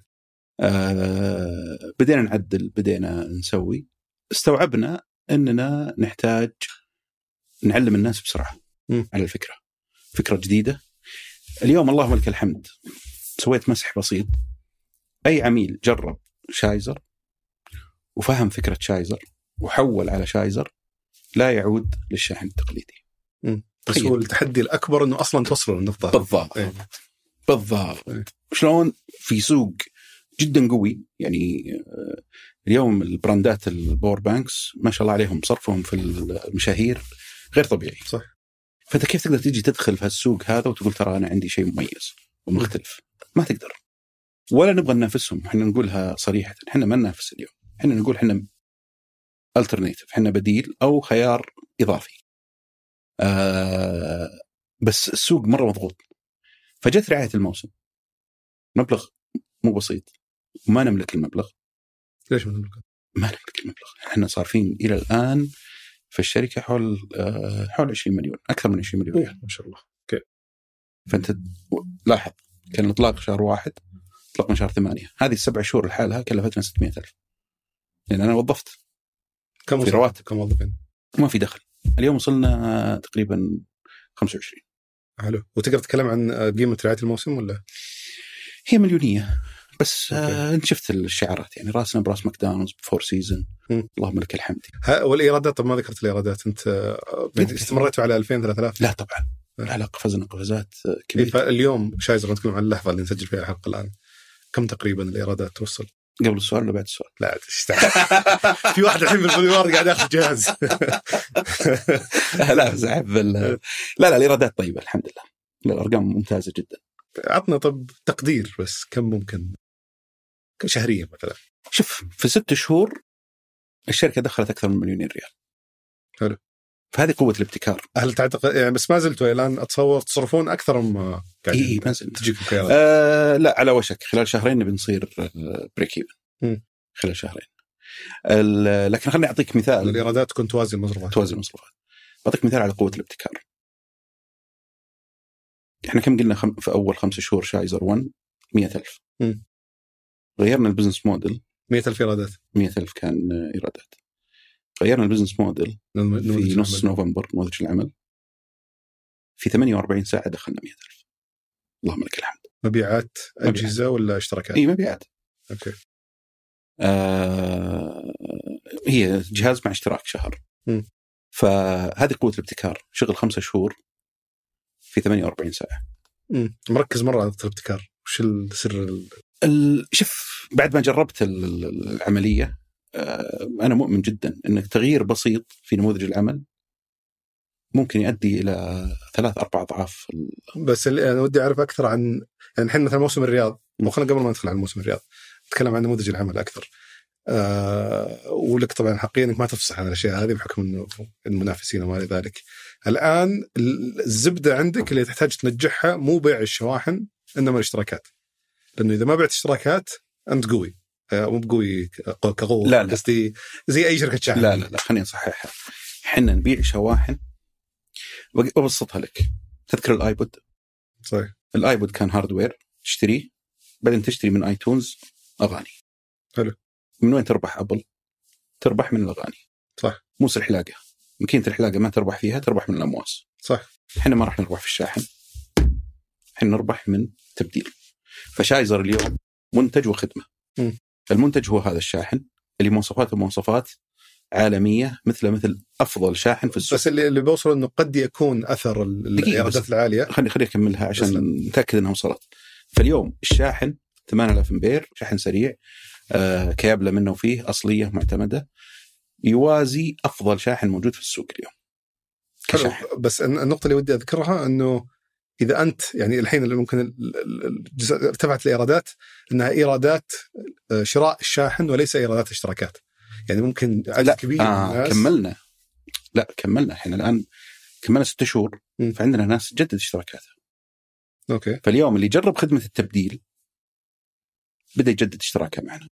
بدينا نعدل بدينا نسوي. استوعبنا اننا نحتاج نعلم الناس بسرعه على الفكره. فكره جديده. اليوم اللهم لك الحمد سويت مسح بسيط. اي عميل جرب شايزر وفهم فكره شايزر وحول على شايزر لا يعود للشاحن التقليدي. بس هو التحدي الأكبر أنه أصلا توصلوا للنقطة. بالضبط. شلون في سوق جدا قوي. يعني اليوم البراندات الباور بانكس ما شاء الله عليهم صرفهم في المشاهير غير طبيعي. صح. فأنت كيف تقدر تيجي تدخل في هالسوق هذا وتقول ترى أنا عندي شيء مميز ومختلف؟ ما تقدر. ولا نبغى ننافسهم. احنا نقولها صريحة. احنا ما ننافس اليوم. احنا نقول احنا alternative. احنا بديل أو خيار إضافي. بس السوق مرة مضغوط. فجت رعاية الموسم. مبلغ مو بسيط وما نملك المبلغ. ليش ما نملك؟ ما نملك المبلغ. احنا صارفين إلى الآن في الشركة حول 20 مليون. أكثر من 20 مليون. ما شاء الله. اوكي. فأنت لاحظ كان الإطلاق شهر 1 اطلقنا شهر 8. هذه 7 شهور لحالها كلفتنا 600,000 لأن أنا وظفت. كم في رواتب كم موظفين؟ ما في دخل. اليوم وصلنا تقريبا 25. حلو. وتقدر تتكلم عن قيمة رعاية الموسم ولا؟ هي مليونية بس. انت شفت الشعارات يعني راسنا براس ماكدونالدز بفور سيزن. اللهم لك الحمد. والإيرادات طب ما ذكرت الإيرادات أنت استمريتوا على 2000 3000؟ لا طبعا. لا قفزنا قفزات كبيرة. فاليوم شايزر نتكلم عن اللحظة اللي نسجل فيها الحلقة الآن كم تقريبا الإيرادات توصل؟ قبل السؤال ولا بعد السؤال؟ لا في واحد الحين بالبوليوار قاعد ياخذ جهاز. لا زعب لا الإيرادات طيبة الحمد لله. الأرقام ممتازة جدا. عطنا طب تقدير بس كم ممكن شهريا مثلا؟ شوف في 6 شهور الشركة دخلت أكثر من 1,000,000 ريال. حلو. فهذه قوة الابتكار. هل تعتقد يعني بس ما زلتوا الآن أتصور تصرفون أكثر ما قاعدين؟ إيه ما زلت تجيكم لا على وشك خلال شهرين بنصير بريك إيفن. خلال شهرين. لكن خليني أعطيك مثال. الإيرادات تكون توازي المصروفات. بعطيك مثال على قوة الابتكار. إحنا كم قلنا في أول 5 شهور شايزر 1 100,000. غيرنا البزنس موديل. 100,000 إيرادات. 100,000 كان إيرادات. غيرنا البزنس موديل في نص نوفمبر نموذج العمل. في 48 ساعة دخلنا 100,000. اللهم لك الحمد. مبيعات أجهزة ولا اشتراكات؟ إيه مبيعات. أوكي. هي جهاز مع اشتراك شهر. فهذه قوة الابتكار. شغل 5 شهور في 48 ساعة. مركز مرة على الابتكار. وش السر؟ شوف بعد ما جربت العملية أنا مؤمن جدا أن تغيير بسيط في نموذج العمل ممكن يؤدي إلى 3-4 أضعاف. بس أنا ودي أعرف أكثر عن يعني الحين مثلا موسم الرياض. خلينا قبل ما ندخل على موسم الرياض نتكلم عن نموذج العمل أكثر. ولك طبعا حقيقة إنك ما تفصح عن الأشياء هذه بحكم إنه المنافسين وما إلى ذلك. الآن الزبدة عندك اللي تحتاج تنجحها مو بيع الشواحن إنما الاشتراكات. لأنه إذا ما بعت اشتراكات أنت قوي. مو بقوي كقوة، لا قصدي زي أي شركة شاحن. لا خليني أصححها. حنا نبيع شواحن، وأبسطها لك. تذكر الآيبود؟ صحيح. الآيبود كان هاردوير تشتريه، بعدين تشتري من آيتونز أغاني. حلو. من وين تربح أبل؟ تربح من الأغاني. صح. موس الحلاقة، ماكينة الحلاقة ما تربح فيها، تربح من الأمواس. صح. حنا ما راح نربح في الشاحن، حنا نربح من تبديل. فشايزر اليوم منتج وخدمة. المنتج هو هذا الشاحن اللي مواصفات عالمية، مثل أفضل شاحن في السوق. بس اللي بوصل إنه قد يكون أثر الإيرادات العالية. خلي أكملها عشان نتأكد أنها وصلت. فاليوم الشاحن 8000 أمبير، شاحن سريع، كيابلة منه فيه، أصلية معتمدة، يوازي أفضل شاحن موجود في السوق اليوم كشاحن. بس النقطة اللي ودي أذكرها أنه إذا أنت يعني الحين اللي ممكن ارتفعت الإيرادات، أنها إيرادات شراء الشاحن وليس إيرادات اشتراكات. يعني ممكن عدد كبير من الناس. كملنا احنا الآن كملنا 6 شهور، فعندنا ناس جدد اشتراكاتها. أوكي. فاليوم اللي جرب خدمة التبديل بدأ يجدد اشتراكه معنا،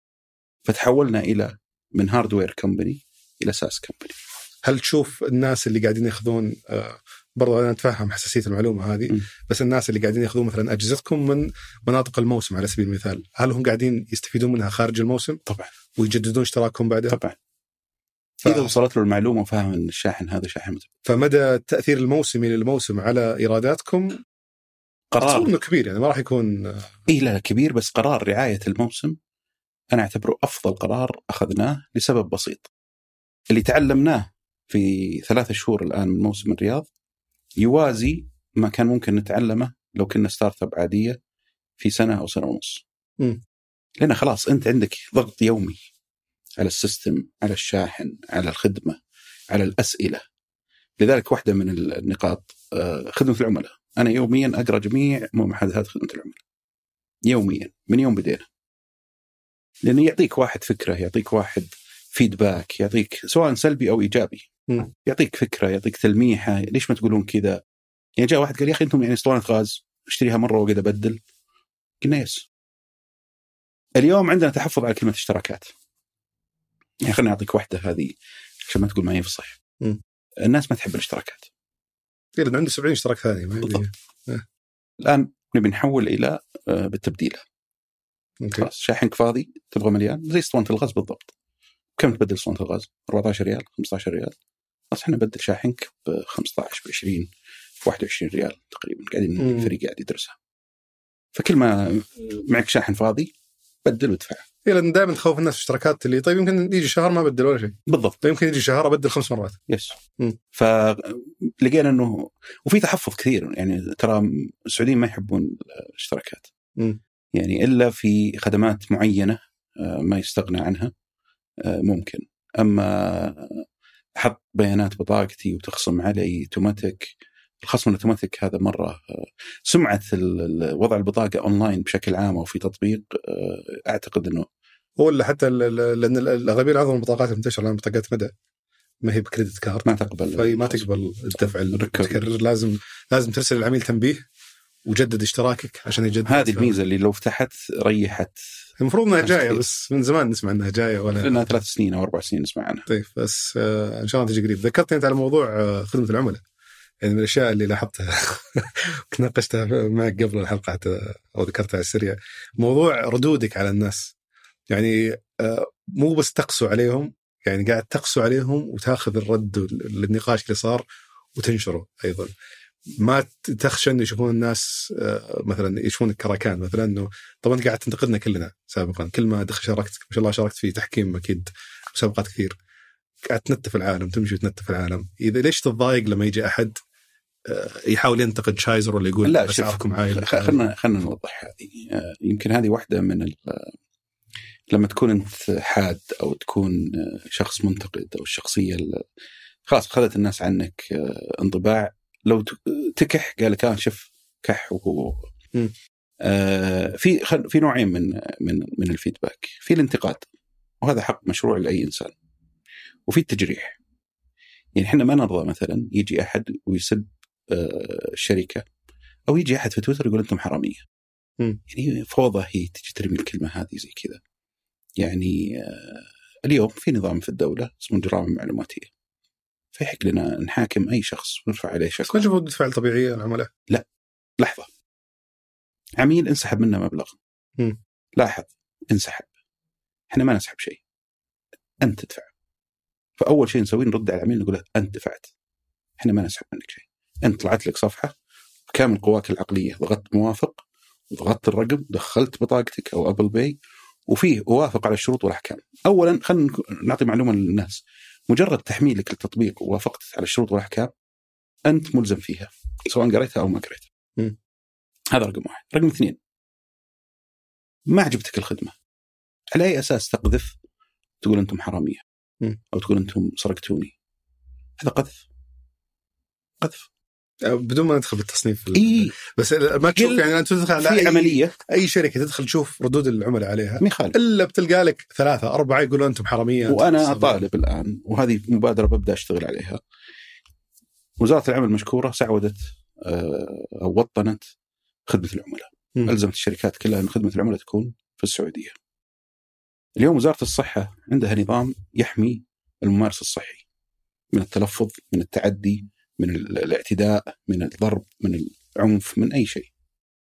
فتحولنا من هاردوير كمباني إلى ساس كمباني. هل تشوف الناس اللي قاعدين ياخذون برضو أنا أتفهم حساسية المعلومة هذه، بس الناس اللي قاعدين ياخذون مثلا أجهزتكم من مناطق الموسم على سبيل المثال، هل هم قاعدين يستفيدون منها خارج الموسم؟ طبعا. ويجددون اشتراكهم بعدها؟ طبعا. إذا وصلت له المعلومة وفهم أن الشاحن هذا شاحن متبدل. فمدى التأثير الموسمي للموسم على إيراداتكم قرار إنه كبير، يعني ما راح يكون لا كبير، بس قرار رعاية الموسم أنا أعتبره أفضل قرار أخذناه لسبب بسيط. اللي تعلمناه في 3 شهور الآن من موسم الرياض يوازي ما كان ممكن نتعلمه لو كنا ستارت اب عادية في سنة أو سنة ونص. لأن خلاص أنت عندك ضغط يومي على السيستم، على الشاحن، على الخدمة، على الأسئلة. لذلك واحدة من النقاط خدمة العملاء. أنا يوميا أقرأ جميع محادثات خدمة العملاء يوميا من يوم بدينا، لأنه يعطيك واحد فكرة، يعطيك واحد فيدباك، يعطيك سواء سلبي أو إيجابي. يعطيك فكرة، يعطيك تلميحة، ليش ما تقولون كذا. يعني جاء واحد قال يا أخي أنتم يعني اسطوانة غاز اشتريها مرة وقد أبدل. قلنا يس. اليوم عندنا تحفظ على كلمة اشتراكات. يعني خلنا أعطيك واحدة هذه عشان ما تقول ما يفصح. الناس ما تحب الاشتراكات. لأن عنده 70 اشتراك ثاني. الآن نبي نحول إلى بالتبديل. خلاص شاحنك فاضي تبغى مليان زي اسطوانة الغاز بالضبط. كم تبدل اسطوانة الغاز؟ 14 ريال، 15 ريال. بس احنا نبدل شاحنك ب 15 ب 20 ب 21 ريال تقريبا. قاعدين الفريق قاعد يدرسها. فكل ما معك شاحن فاضي بدل وادفع. لأن دائما تخوف الناس اشتراكات اللي طيب يمكن يجي شهر ما بدل ولا شيء. بالضبط. يمكن يجي شهر أبدل 5 مرات. يس. فلقينا إنه وفي تحفظ كثير. يعني ترى السعوديين ما يحبون الاشتراكات. يعني إلا في خدمات معينة ما يستغنى عنها ممكن. أما أحط بيانات بطاقتي وتخصم علي توماتيك، الخصم الأوتوماتيك هذا مرة سمعة وضع البطاقة أونلاين بشكل عام أو في تطبيق أعتقد أنه ولا حتى لأن الأغلبية العظمى البطاقات المنتشرة الآن بطاقات مدى ما هي بكريدت كارد، ما تقبل ما تقبل الدفع المتكرر. لازم ترسل العميل تنبيه وجدد اشتراكك عشان يجدد. هذه الميزة اللي لو فتحت ريحت. المفروض انها جايه بس من زمان نسمع انها جايه ولا لنا 3 سنين او 4 سنين نسمع عنها. طيب بس ان شاء الله تجي قريب. ذكرتني انت على موضوع خدمه العملاء، يعني من الاشياء اللي لاحظتها ناقشتها معك قبل الحلقه حتى او ذكرتها على السريع، موضوع ردودك على الناس. يعني مو بس تقسو عليهم، يعني قاعد تقسو عليهم وتاخذ الرد للنقاش اللي صار وتنشره ايضا. ما تخشى انه يشوفون الناس مثلا يشوفونك كراكان مثلا، انه طبعا انت قاعد تنتقدنا كلنا سابقا، كل ما شاركت ما شاء الله شاركت في تحكيم اكيد مسابقات كثير، قاعد تنتف العالم، تمشي وتنتف العالم. اذا ليش تتضايق لما يجي احد يحاول ينتقد شايزر ولا يقول لا اسعاركم عاليه؟ خلنا نوضح هذه. يمكن هذه واحده من لما تكون انت حاد او تكون شخص منتقد او الشخصيه خلاص اخذت الناس عنك انطباع. لو تكح قال كان شف كح وهو في نوعين من الفيدباك. في الانتقاد وهذا حق مشروع لأي إنسان، وفي التجريح. يعني إحنا ما نرضى مثلا يجي أحد ويسب الشركة أو يجي أحد في تويتر يقول أنتم حرامية. يعني فوضى هي تجي ترمي الكلمة هذه زي كذا. يعني اليوم في نظام في الدولة اسمه الجرائم المعلوماتية، فيحق لنا نحاكم أي شخص ونرفع عليه شكوى. كل ردة فعل طبيعية العملاء؟ لا، لحظة، عميل انسحب منه مبلغ، لاحظ انسحب، احنا ما نسحب شيء، أنت تدفع. فأول شيء نسويه نرد على العميل نقول له أنت دفعت، احنا ما نسحب منك شيء. أنت طلعت لك صفحة بكامل قواك العقلية، ضغطت موافق وضغطت الرقم، دخلت بطاقتك أو أبل باي وفيه وافق على الشروط والأحكام. أولا خلينا نعطي معلومة للناس، مجرد تحميلك للتطبيق ووافقت على الشروط والأحكام أنت ملزم فيها سواء قريتها أو ما قريتها. هذا رقم واحد. رقم اثنين، ما عجبتك الخدمة، على أي أساس تقذف تقول أنتم حرامية أو تقول أنتم سرقتوني؟ هذا قذف بدون ما ندخل بالتصنيف. بس ما تشوف يعني أنت تدخل على في عملية أي شركة تدخل تشوف ردود العملاء عليها مخالف. إلا بتلقى لك 3-4 يقولون أنتم حرامية. وأنا أطالب الآن، وهذه مبادرة ببدأ أشتغل عليها، وزارة العمل مشكورة سعودت أو وطنت خدمة العملاء. ألزمت الشركات كلها أن خدمة العملاء تكون في السعودية. اليوم وزارة الصحة عندها نظام يحمي الممارس الصحي من التلفظ، من التعدي، من الاعتداء، من الضرب، من العنف، من أي شيء.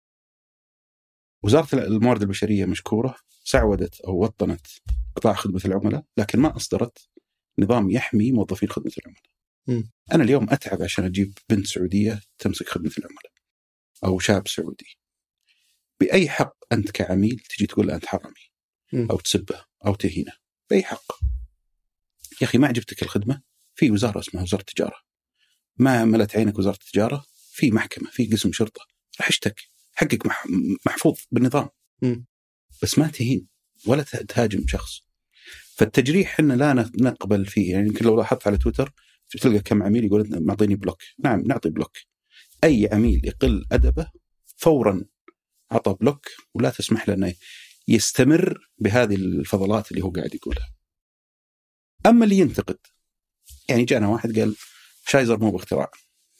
وزارة الموارد البشرية مشكورة سعودت أو وطنت قطاع خدمة العملاء، لكن ما أصدرت نظام يحمي موظفين خدمة العملاء. أنا اليوم أتعب عشان أجيب بنت سعودية تمسك خدمة العملاء أو شاب سعودي. بأي حق أنت كعميل تجي تقول له أنت حرامي أو تسبه أو تهينه؟ بأي حق؟ يا أخي ما عجبتك الخدمة، في وزارة اسمها وزارة التجارة، ما ملت عينك وزارة التجارة، في محكمة، في قسم شرطة، راح اشتك، حقك محفوظ بالنظام. بس ما تهين ولا تهاجم شخص. فالتجريح إحنا لا نقبل فيه. يعني يمكن لو لاحظت على تويتر تلقى كم عميل يقول معطيني بلوك. نعم نعطي بلوك. أي عميل يقل أدبه فورا عطى بلوك، ولا تسمح له أنه يستمر بهذه الفضلات اللي هو قاعد يقولها. أما اللي ينتقد، يعني جانا واحد قال شايزر مو باختراع.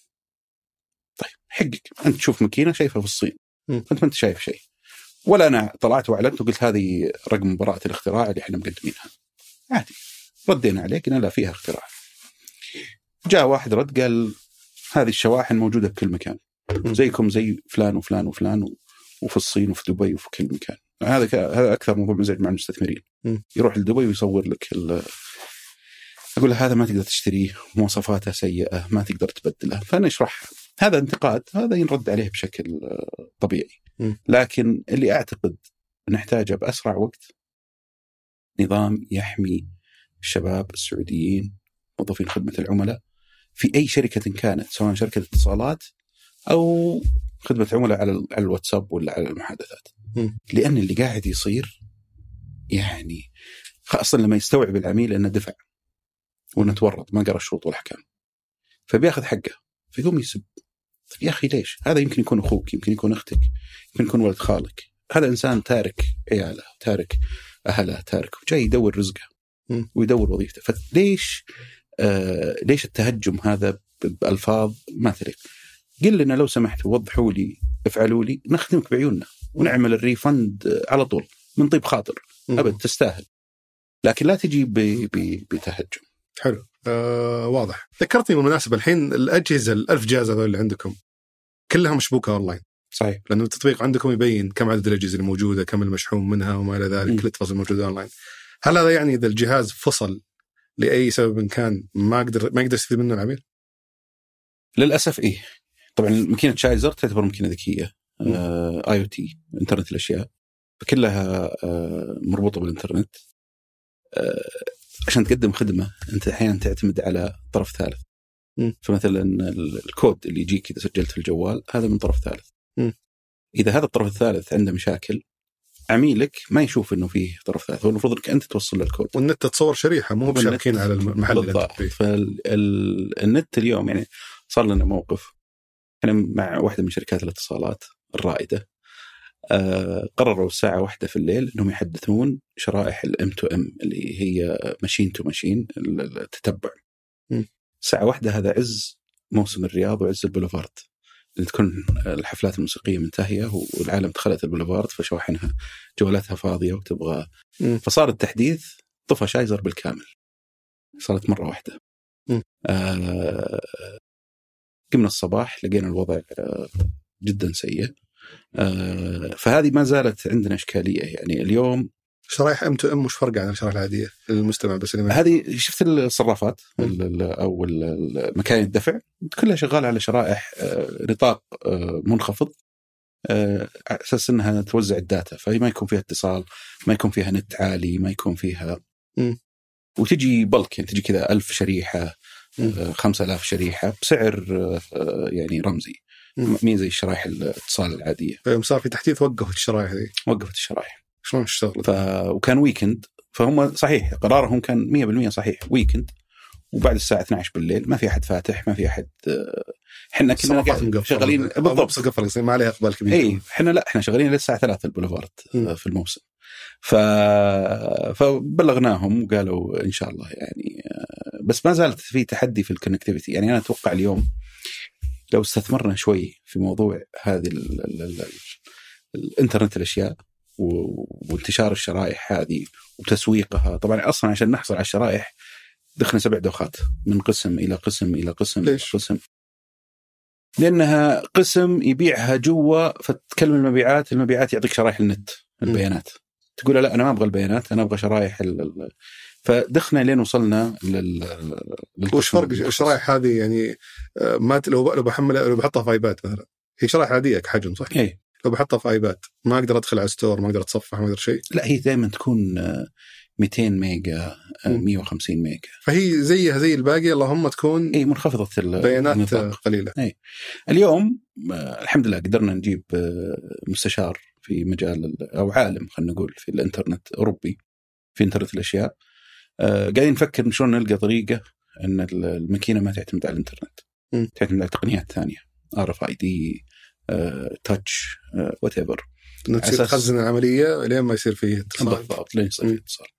طيب حقك أنت تشوف ماكينة شايفها في الصين، أنت ما أنت شايف شيء، ولا أنا طلعت وأعلنت وقلت هذه رقم براءة الاختراع اللي إحنا مقدمينها. عادي، ردينا عليه قلنا لا فيها اختراع. جاء واحد رد قال هذه الشواحن موجودة بكل مكان، زيكم زي فلان وفلان وفلان وفي الصين وفي دبي وفي كل مكان. هذا أكثر موضوع مزعج مع المستثمرين. يروح لدبي ويصور لك أقول له هذا ما تقدر تشتريه، مواصفاته سيئة، ما تقدر تبدله. فنشرح هذا انتقاد، هذا ينرد عليه بشكل طبيعي. لكن اللي أعتقد نحتاجه بأسرع وقت نظام يحمي الشباب السعوديين موظفين خدمة العملاء في أي شركة كانت، سواء شركة اتصالات أو خدمة عملاء على الواتساب ولا على المحادثات. لأن اللي قاعد يصير يعني أصلا لما يستوعب العميل أنه دفع وأنه تورط ما قرأ الشروط والأحكام فبياخذ حقه فيقوم يسب. يا أخي ليش؟ هذا يمكن يكون أخوك، يمكن يكون أختك، يمكن يكون ولد خالك. هذا إنسان تارك عياله، تارك أهله، تارك وجاي يدور رزقه ويدور وظيفته. فليش ليش التهجم هذا بألفاظ ما تليق؟ قل لنا لو سمحتوا وضحوا لي، افعلوا لي، نخدمك بعيوننا ونعمل الريفند على طول من طيب خاطر. أبد تستاهل، لكن لا تجي بتهجم. حلو. واضح. ذكرتني بالمناسبة الحين الأجهزة 1000 جهاز هذول اللي عندكم كلها مشبوكة أونلاين. صحيح. لأنه التطبيق عندكم يبين كم عدد الأجهزة الموجودة، كم المشحون منها وما إلى ذلك، كل التفاصيل موجودة أونلاين. هل هذا يعني إذا الجهاز فصل لأي سبب كان ما يقدر يستفيد منه العميل؟ للأسف إيه. طبعا ماكينة شايزر تعتبر ماكينة ذكية IoT إنترنت الأشياء، فكلها مربوطة بالإنترنت. عشان تقدم خدمة أنت أحيانا تعتمد على طرف ثالث. فمثلا الكود اللي يجيك إذا سجلت في الجوال هذا من طرف ثالث. إذا هذا الطرف الثالث عنده مشاكل عميلك ما يشوف إنه فيه طرف ثالث، هو المفروض إنك أنت توصل له الكود. والنت تصور شريحة مو بشابكين على المحل. فالنت اليوم يعني صار لنا موقف. أنا مع واحدة من شركات الاتصالات الرائدة قرروا الساعة 1 في الليل أنهم يحدثون شرائح M2M اللي هي ماشين تو ماشين التتبع. الساعة 1 هذا عز موسم الرياض وعز البوليفارد، تكون الحفلات الموسيقية منتهية والعالم دخلت البوليفارد فشواحنها جوالاتها فاضية وتبغى فصار التحديث طفى شايزر بالكامل. صارت مرة واحدة. قمنا الصباح لقينا الوضع جدا سيء. فهذه ما زالت عندنا إشكالية. يعني اليوم شرايح M to M مش فرق عن الشرايح العادية للمستمع بس هذه شفت الصرافات أو مكان الدفع كلها شغالة على شرائح نطاق منخفض أساس أنها توزع الداتا، فهي ما يكون فيها اتصال، ما يكون فيها نت عالي، ما يكون فيها وتجي بلك، يعني تجي كذا 1000 شريحة 5000 شريحة بسعر يعني رمزي، مين زي الشرائح الاتصال العادية. فيوم صار في تحديث وقفت الشرائح دي، وقفت الشرائح. شلون اشتغلت؟ وكان ويكند، فهم صحيح قرارهم كان 100% صحيح، ويكند وبعد الساعة 12 بالليل ما في أحد فاتح، ما في أحد. إحنا كنا شغالين بالضبط قفل ما عليها إقبال كبير. إيه إحنا شغالين للساعة 3 البوليفارد في الموسم. فبلغناهم وقالوا إن شاء الله يعني، بس ما زالت في تحدي في الكونكتيفيتي. يعني أنا أتوقع اليوم لو استثمرنا شوي في موضوع هذه الإنترنت الأشياء وانتشار الشرائح هذه وتسويقها. طبعا أصلا عشان نحصل على الشرائح دخلنا 7 دوخات من قسم إلى قسم إلى قسم. ليش؟ قسم لأنها قسم يبيعها جوا، فتكلم المبيعات يعطيك شرائح النت البيانات، تقول لا أنا ما أبغى البيانات، أنا أبغى شرائح فدخلنا لين وصلنا وش فرق الشرائح هذه؟ يعني ما لو بحملها، لو بحطها في ايباد مثلا، هي شرائح عادية كحجم صح؟ إيه. لو بحطها في ايباد ما أقدر أدخل على ستور، ما أقدر أتصفح، ما أقدر شيء. لا هي دائما تكون 200 ميجا 150 ميجا، فهي زيها زي الباقي، اللهم تكون منخفضة البيانات قليلة. اليوم الحمد لله قدرنا نجيب مستشار في مجال أو عالم خلينا نقول في الإنترنت أوروبي، في إنترنت الأشياء. قاعدين نفكر شلون نلقى طريقة أن الماكينة ما تعتمد على الإنترنت، تعتمد على تقنيات ثانية، RFID تاتش whatever، تصير تخزن العملية لين ما يصير فيه اتصال. بالضبط لين يصير فيه اتصال.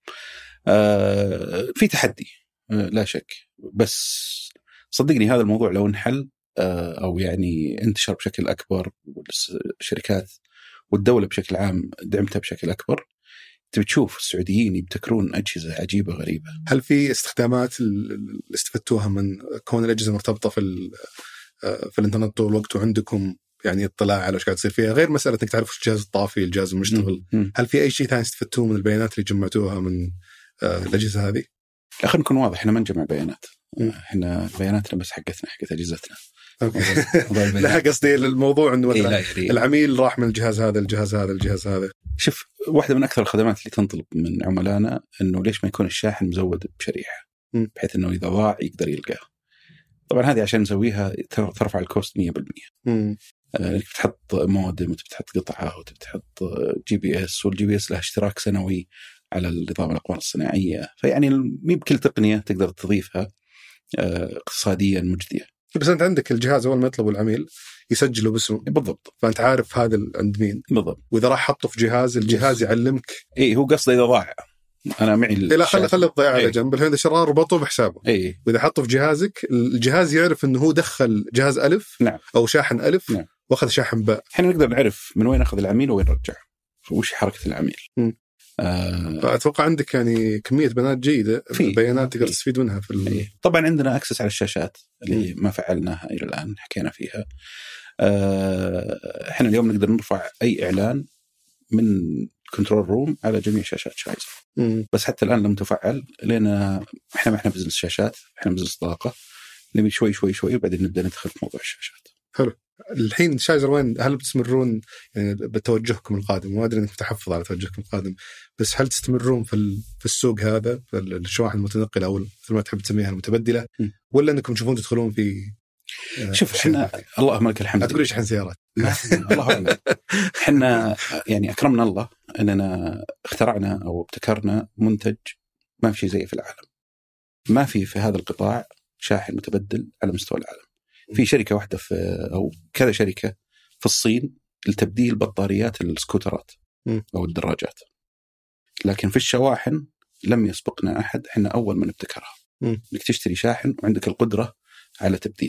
في تحدي لا شك، بس صدقني هذا الموضوع لو انحل أو يعني انتشر بشكل أكبر والشركات والدولة بشكل عام دعمتها بشكل أكبر، تشوف السعوديين يبتكرون أجهزة عجيبة غريبة. هل في استخدامات استفدتوها من كون الأجهزة مرتبطة في الإنترنت طول الوقت وعندكم يعني اطلاع على وش قاعد يصير فيها، غير مسألة إنك تعرف الجهاز الطافي الجهاز المشتغل؟ هل في أي شيء ثاني استفدتوه من البيانات اللي جمعتوها من الأجهزة هذه؟ خلينا نكون واضح، إحنا ما نجمع بيانات، إحنا بياناتنا بس حقتنا حقت أجهزتنا. لا قصدي الموضوع إنه مثلا العميل راح من الجهاز هذا الجهاز هذا. شوف، واحدة من أكثر الخدمات اللي تنطلب من عملائنا إنه ليش ما يكون الشاحن مزود بشريحة بحيث إنه إذا ضاع يقدر يلقاه. طبعا هذه عشان نسويها ترفع الكوست 100%. بتحط مودم وتحط قطعة وتحط GPS، والGPS له اشتراك سنوي على نظام الأقمار الصناعية، فيعني مي بكل تقنية تقدر تضيفها اقتصاديا مجدية. بس أنت عندك الجهاز أول ما يطلب العميل يسجله باسمه بالضبط، فأنت عارف هذا عند مين بالضبط، وإذا راح حطه في الجهاز يعلمك. إيه هو قصده إذا ضاع أنا معي لا خلي الضياع على جنب، الحين الشرار ربطه بحسابه. وإذا حطه في جهازك الجهاز يعرف إنه هو دخل جهاز ألف أو شاحن ألف وأخذ شاحن باء. إحنا نقدر نعرف من وين أخذ العميل وين رجع وش حركة العميل. فأتوقع عندك يعني كمية بيانات جيدة، بيانات تقدر تستفيد منها في طبعا عندنا أكسس على الشاشات اللي ما فعلناها إلى الآن، حكينا فيها. إحنا اليوم نقدر نرفع أي إعلان من كنترول روم على جميع شاشات شايزر، بس حتى الآن لم تفعل لأن إحنا ما إحنا بزنس شاشات، إحنا بزنس طاقة، نبي شوي وبعدين نبدأ ندخل في موضوع الشاشات. حلو. الحين شايزر وين؟ هل بتستمرون يعني بتوجهكم القادم؟ ما أدري إنك متحفظ على توجهكم القادم، بس هل تستمرون في السوق هذا في الشواحن المتنقلة أو مثل ما تحب تسميها المتبدلة، ولا إنكم تشوفون تدخلون في شوف إحنا اللهم لك الحمد. تقولي شحن سيارات؟ الله أعلم. إحنا يعني أكرمنا الله أننا اخترعنا أو ابتكرنا منتج ما في شيء زيه في العالم. ما في هذا القطاع شاحن متبدل على مستوى العالم. في شركة واحدة أو كذا شركة في الصين لتبديل بطاريات السكوترات أو الدراجات، لكن في الشواحن لم يسبقنا أحد. إحنا أول من ابتكرها. إنك تشتري شاحن وعندك القدرة على تبديله.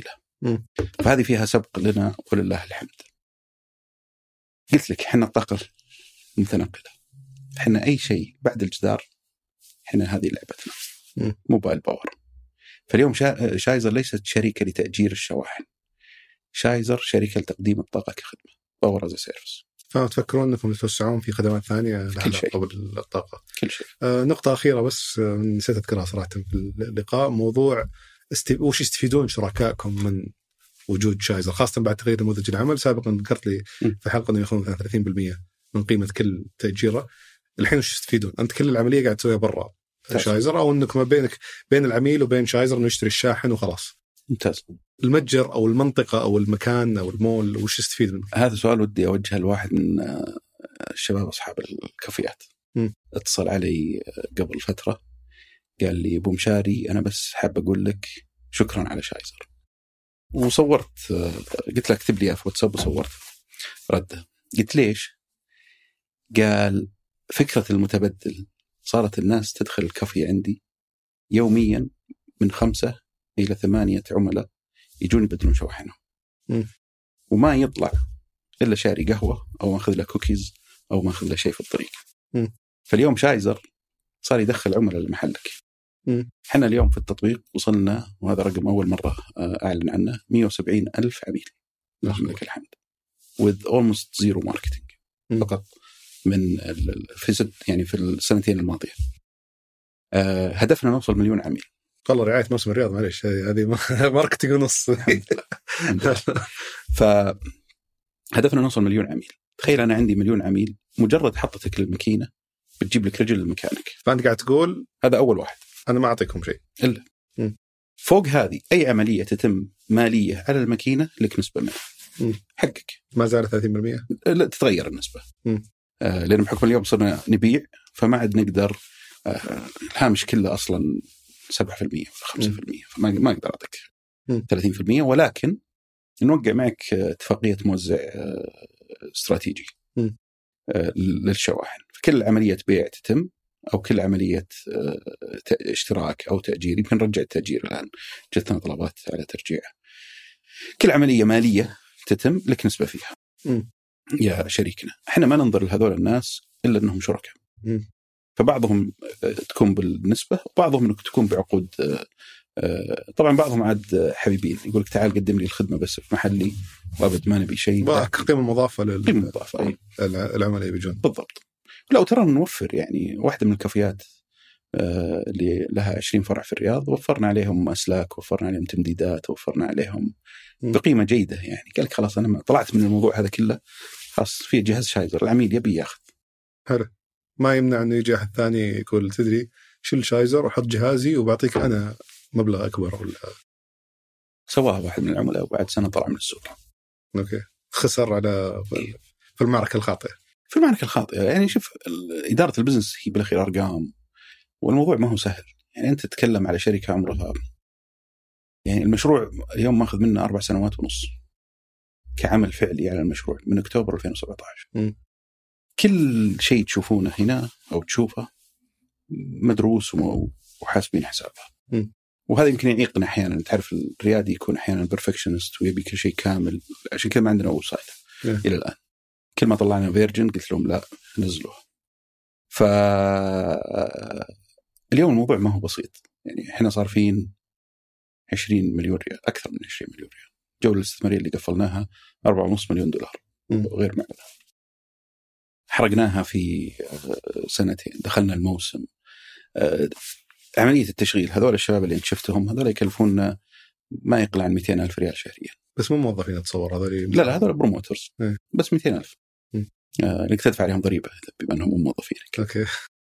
فهذه فيها سبق لنا ولله الحمد. قلت لك احنا الطاقة متنقلة، احنا أي شيء بعد الجدار احنا هذه لعبتنا. موبايل باور. فاليوم شايزر ليست شركة لتأجير الشواحن، شايزر شركة لتقديم الطاقة كخدمة، باور از سيرفيس. فتفكرون أنكم تتوسعون في خدمات ثانية لها علاقة بالطاقة؟ كل شيء. نقطة أخيرة بس نسيت أذكرها صراحة في اللقاء، موضوع وش يستفيدون شركائكم من وجود شايزر، خاصة بعد تغيير نموذج العمل. سابقا ذكرت لي في حلقة أنه يأخذون 30% من قيمة كل تأجيرة. الحين وش يستفيدون؟ أنت كل العملية قاعد تسويها برا شايزر، أو أنك ما بين العميل وبين شايزر إنه يشتري الشاحن وخلاص؟ ممتاز. المتجر أو المنطقة أو المكان أو المول وش يستفيد منه؟ هذا سؤال ودي أوجهه لواحد من الشباب أصحاب الكافيات. اتصل علي قبل فترة قال لي أبو مشاري أنا بس حاب أقول لك شكرا على شايزر. وصورت، قلت له اكتب لي في واتساب، وصورت رده. قلت ليش؟ قال فكرة المتبدل، صارت الناس تدخل الكافي عندي يوميا من 5 إلى 8 عملاء يجون يبدلون شواحنهم، وما يطلع إلا شاري قهوة أو ماخذ له كوكيز أو ماخذ له شيء في الطريق. فاليوم شايزر صار يدخل عملاء لمحلك. احنا اليوم في التطبيق وصلنا، وهذا رقم أول مرة أعلن عنه، 170,000 عميل لك الحمد with almost zero marketing فقط من يعني في السنتين الماضية. هدفنا نوصل 1,000,000 عميل. والله رعاية موسم الرياض معليش هذه ماركتينج ونص. فهدفنا نوصل 1,000,000 عميل. تخيل أنا عندي 1,000,000 عميل، مجرد حطتك الماكينة بتجيب لك رجل لمكانك. فأنت قاعد تقول هذا أول واحد، أنا ما أعطيكم شيء إلا فوق هذه أي عملية تتم مالية على الماكينة لك نسبة منها حقك. ما زال 30%؟ لا، تتغير النسبة. لأن بحكم اليوم صرنا نبيع، فما عاد نقدر، الهامش كله أصلا 7% 5%، فما أقدر أعطيك 30%، ولكن نوقع معك اتفاقية موزع استراتيجي للشواحن. فكل عملية بيع تتم أو كل عملية اشتراك أو تأجير، يمكن نرجع التأجير الآن، جتنا طلبات على ترجيعه. كل عملية مالية تتم لك نسبة فيها يا شريكنا. احنا ما ننظر لهذول الناس إلا أنهم شركاء. فبعضهم تكون بالنسبة، وبعضهم انك تكون بعقود. طبعا بعضهم عاد حبيبين، يقولك تعال قدم لي الخدمة بس في محلي وأبد ما نبي شيء. قيمة مضافة للمضافة العملاء بيجون. بالضبط. لو ترى نوفر، يعني واحدة من الكافيات اللي لها 20 فرع في الرياض، وفرنا عليهم أسلاك، وفرنا عليهم تمديدات، وفرنا عليهم بقيمة جيدة. يعني قال لك خلاص أنا طلعت من الموضوع هذا كله، خلاص في جهاز شايزر العميل يبي ياخذ. حلو. ما يمنع أنه يجي أحد ثاني يقول تدري شيل شايزر وحط جهازي وبعطيك أنا مبلغ أكبر. ولا سواها واحد من العملاء وبعد سنة طلع من السوق. أوكي. خسر على في المعركة الخاطئة. في المعركة الخاطئة. يعني شوف، إدارة البزنس هي بالأخير أرقام، والموضوع ما هو سهل. يعني أنت تتكلم على شركة عمرها، يعني المشروع اليوم ماخذ منا 4 سنوات ونص كعمل فعلي على المشروع من أكتوبر 2017. كل شيء تشوفونه هنا أو تشوفه مدروس وحاسبين حسابها. وهذا يمكن يعيقنا أحيانا. تعرف الريادي يكون أحيانا بيرفكشنست ويبي كل شيء كامل، عشان كذا ما عندنا ويب سايت إلى الآن. كل ما طلعنا فيرجن قلت لهم لا نزلوه. فاليوم الموضوع ما هو بسيط. يعني إحنا صارفين 20 مليون ريال، أكثر من 20 مليون ريال. الجولة الاستثمارية اللي قفلناها $4.5 مليون غير معلن. حرقناها في 2 سنين. دخلنا الموسم. عملية التشغيل، هذول الشباب اللي انت شفتهم هذول يكلفون ما يقل عن 200,000 ريال شهريا. بس مو موظفين اتصور هذول؟ لا هذول بروموترز. بس 200,000 انك تدفع عليهم ضريبة بما انهم موظفينك. اوكي.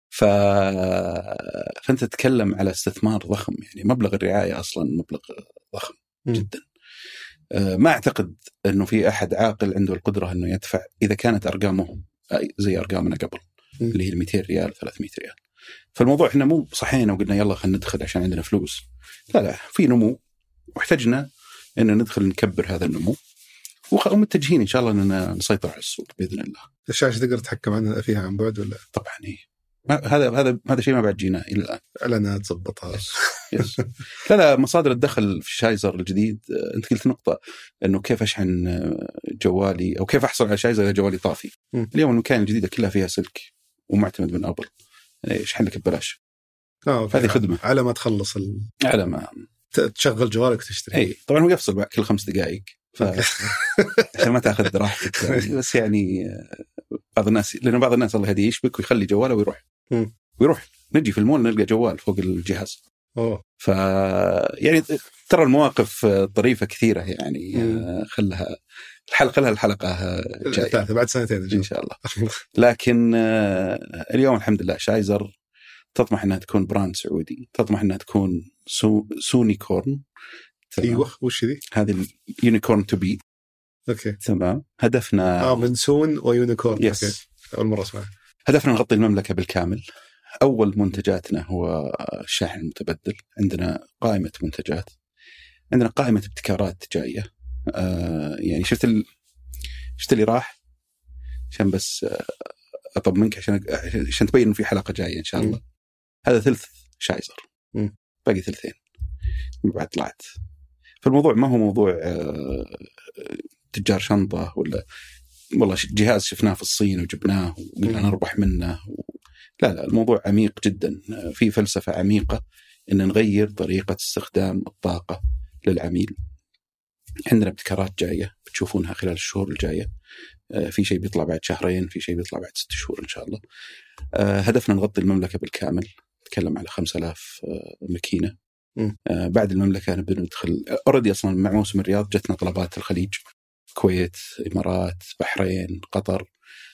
فانت تتكلم على استثمار ضخم. يعني مبلغ الرعاية اصلا مبلغ ضخم جدا. ما اعتقد انه في احد عاقل عنده القدرة انه يدفع اذا كانت ارقامهم زي ارقامنا قبل اللي هي 200 ريال 300 ريال. فالموضوع احنا مو صحينا وقلنا يلا خلينا ندخل عشان عندنا فلوس. لا في نمو، واحتاجنا ان ندخل نكبر هذا النمو، ومتجهين ان شاء الله اننا نسيطر على السوق باذن الله. الشاشه تقدر تتحكم فيها عن بعد ولا؟ طبعا إيه. هذا شيء ما بعد جينا الى الان. اعلانات تضبطها. يس. لا مصادر الدخل في شايزر الجديد، أنت قلت نقطة إنه كيف أشحن جوالي أو كيف أحصل على شايزر إذا جوالي طافي. اليوم المكان الجديدة كلها فيها سلك ومعتمد من أبل، يشحن لك ببلاش. هذه خدمة على ما تخلص على ما تشغل جوالك وتشتري. أي طبعا هو يفصل بعد كل 5 دقائق عشان ما تأخذ راحتك يعني. بس يعني بعض الناس، لأن بعض الناس الله يهديه يشبك ويخلي جواله ويروح نجي في المول نلقى جوال فوق الجهاز. يعني ترى المواقف طريفة كثيرة يعني. خلها الحلقة جاية بعد 2 إن شاء الله. لكن اليوم الحمد لله شايزر تطمح أنها تكون براند سعودي، تطمح أنها تكون سونيكورن. أيوة، وش ذي؟ هذه اليونيكورن تو بي. أوكي تمام. هدفنا من سون ويونيكورن. أوكي. أول مرة أسمع. هدفنا نغطي المملكة بالكامل. أول منتجاتنا هو الشاحن المتبدل. عندنا قائمة منتجات، عندنا قائمة ابتكارات جاية. يعني شفت اللي راح عشان بس أطمنك عشان تبين إنه في حلقة جاية إن شاء الله. هذا ثلث شايزر، باقي 2 بعد طلعت. فالموضوع ما هو موضوع تجار شنطة ولا والله جهاز شفناه في الصين وجبناه وقلنا نربح منه لا الموضوع عميق جدا. في فلسفة عميقة إن نغير طريقة استخدام الطاقة للعميل. عندنا ابتكارات جاية بتشوفونها خلال الشهور الجاية. في شيء بيطلع بعد 2 شهر، في شيء بيطلع بعد 6 شهور إن شاء الله. هدفنا نغطي المملكة بالكامل. نتكلم على 5000 ماكينة. بعد المملكة نبدأ ندخل أوردي. أصلا مع موسم الرياض جتنا طلبات الخليج، كويت، إمارات، بحرين، قطر.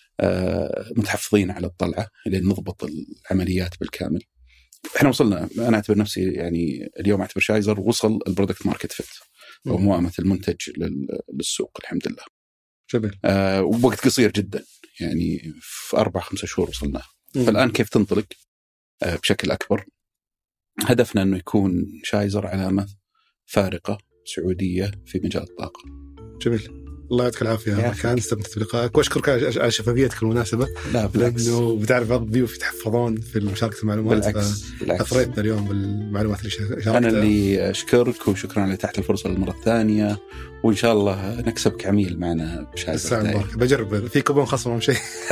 متحفظين على الطلعة لين نضبط العمليات بالكامل. احنا وصلنا، أنا أعتبر نفسي يعني اليوم أعتبر شايزر وصل البرودكت ماركت فيت أو موائمة المنتج للسوق الحمد لله. جميل. وبوقت قصير جدا يعني في 4-5 شهور وصلنا. فالآن كيف تنطلق بشكل أكبر؟ هدفنا أنه يكون شايزر علامة فارقة سعودية في مجال الطاقة. جميل. الله يعطيك العافية. كان استمتعت بلقائك وأشكرك على شفافيتك المناسبة. لا بالعكس، لأنه بتعرف بعض الضيوف يتحفظون في مشاركة المعلومات. بالعكس. أثريتنا اليوم بالمعلومات اللي شاركتها. أنا اللي أشكرك وشكرا على تحت الفرصة للمرة الثانية، وإن شاء الله نكسبك عميل معنا بشايزر. بجرب في كوبون خصم أو شيء.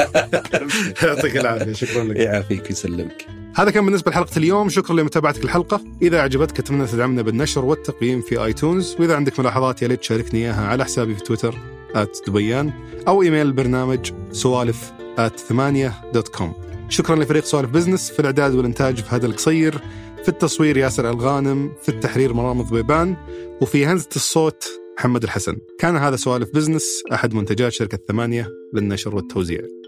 يعطيك العافية. شكرا لك. يعافيك ويسلمك. هذا كان بالنسبة لحلقة اليوم. شكرا لمتابعتك الحلقة. إذا أعجبتك أتمنى تدعمنا بالنشر والتقييم في آيتونز، وإذا عندك ملاحظات يا ليت تشاركني إياها على حسابي في تويتر @دبيان أو إيميل البرنامج سوالف@8.com. شكرا لفريق سوالف بزنس في الإعداد والإنتاج في هذا القصير، في التصوير ياسر الغانم، في التحرير مرام ضبيبان، وفي هندسة الصوت محمد الحسن. كان هذا سوالف بزنس، أحد منتجات شركة 8 للنشر والتوزيع.